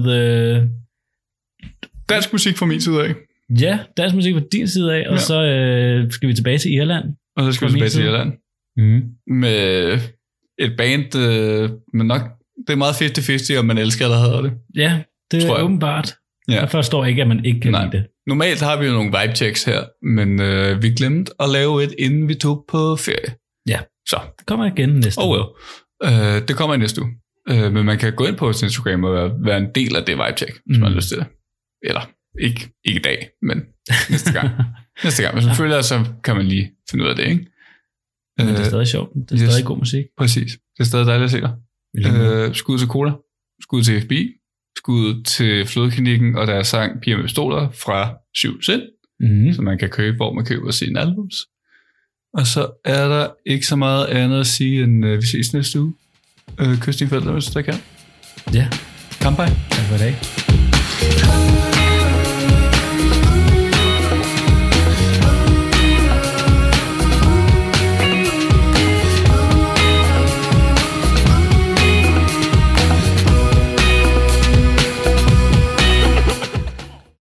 Dansk musik fra min side af. ja, dansk musik på din side af, og så skal vi tilbage til Irland. Og så skal vi tilbage til Irland. Med et band, men nok, det er meget 50-50, om man elsker eller hader det. Ja, det er åbenbart. Ja. Jeg forstår ikke, at man ikke kan lide det. Normalt har vi jo nogle vibe checks her, men vi glemte at lave et, inden vi tog på ferie. Ja, så det kommer igen næste uge. Det kommer i næste uge. Men man kan gå ind på vores Instagram og være en del af det vibe check, hvis man har lyst til det. Eller ikke i dag, men næste gang. Næste gang. Hvis man føler, så kan man lige finde ud af det, ikke? Men det er stadig sjovt. Det er stadig god musik. Præcis. Det er stadig dejligt at se dig. Skud til Cola. Skud til FBI. Skud til Flodklinikken og deres sang Piger med Pistoler fra 7 Sind, som man kan købe, hvor man køber sine albums. Og så er der ikke så meget andet at sige, end vi ses næste uge. Kys dine forældre, hvis du kan. Ja. Kampai. Tak for i dag.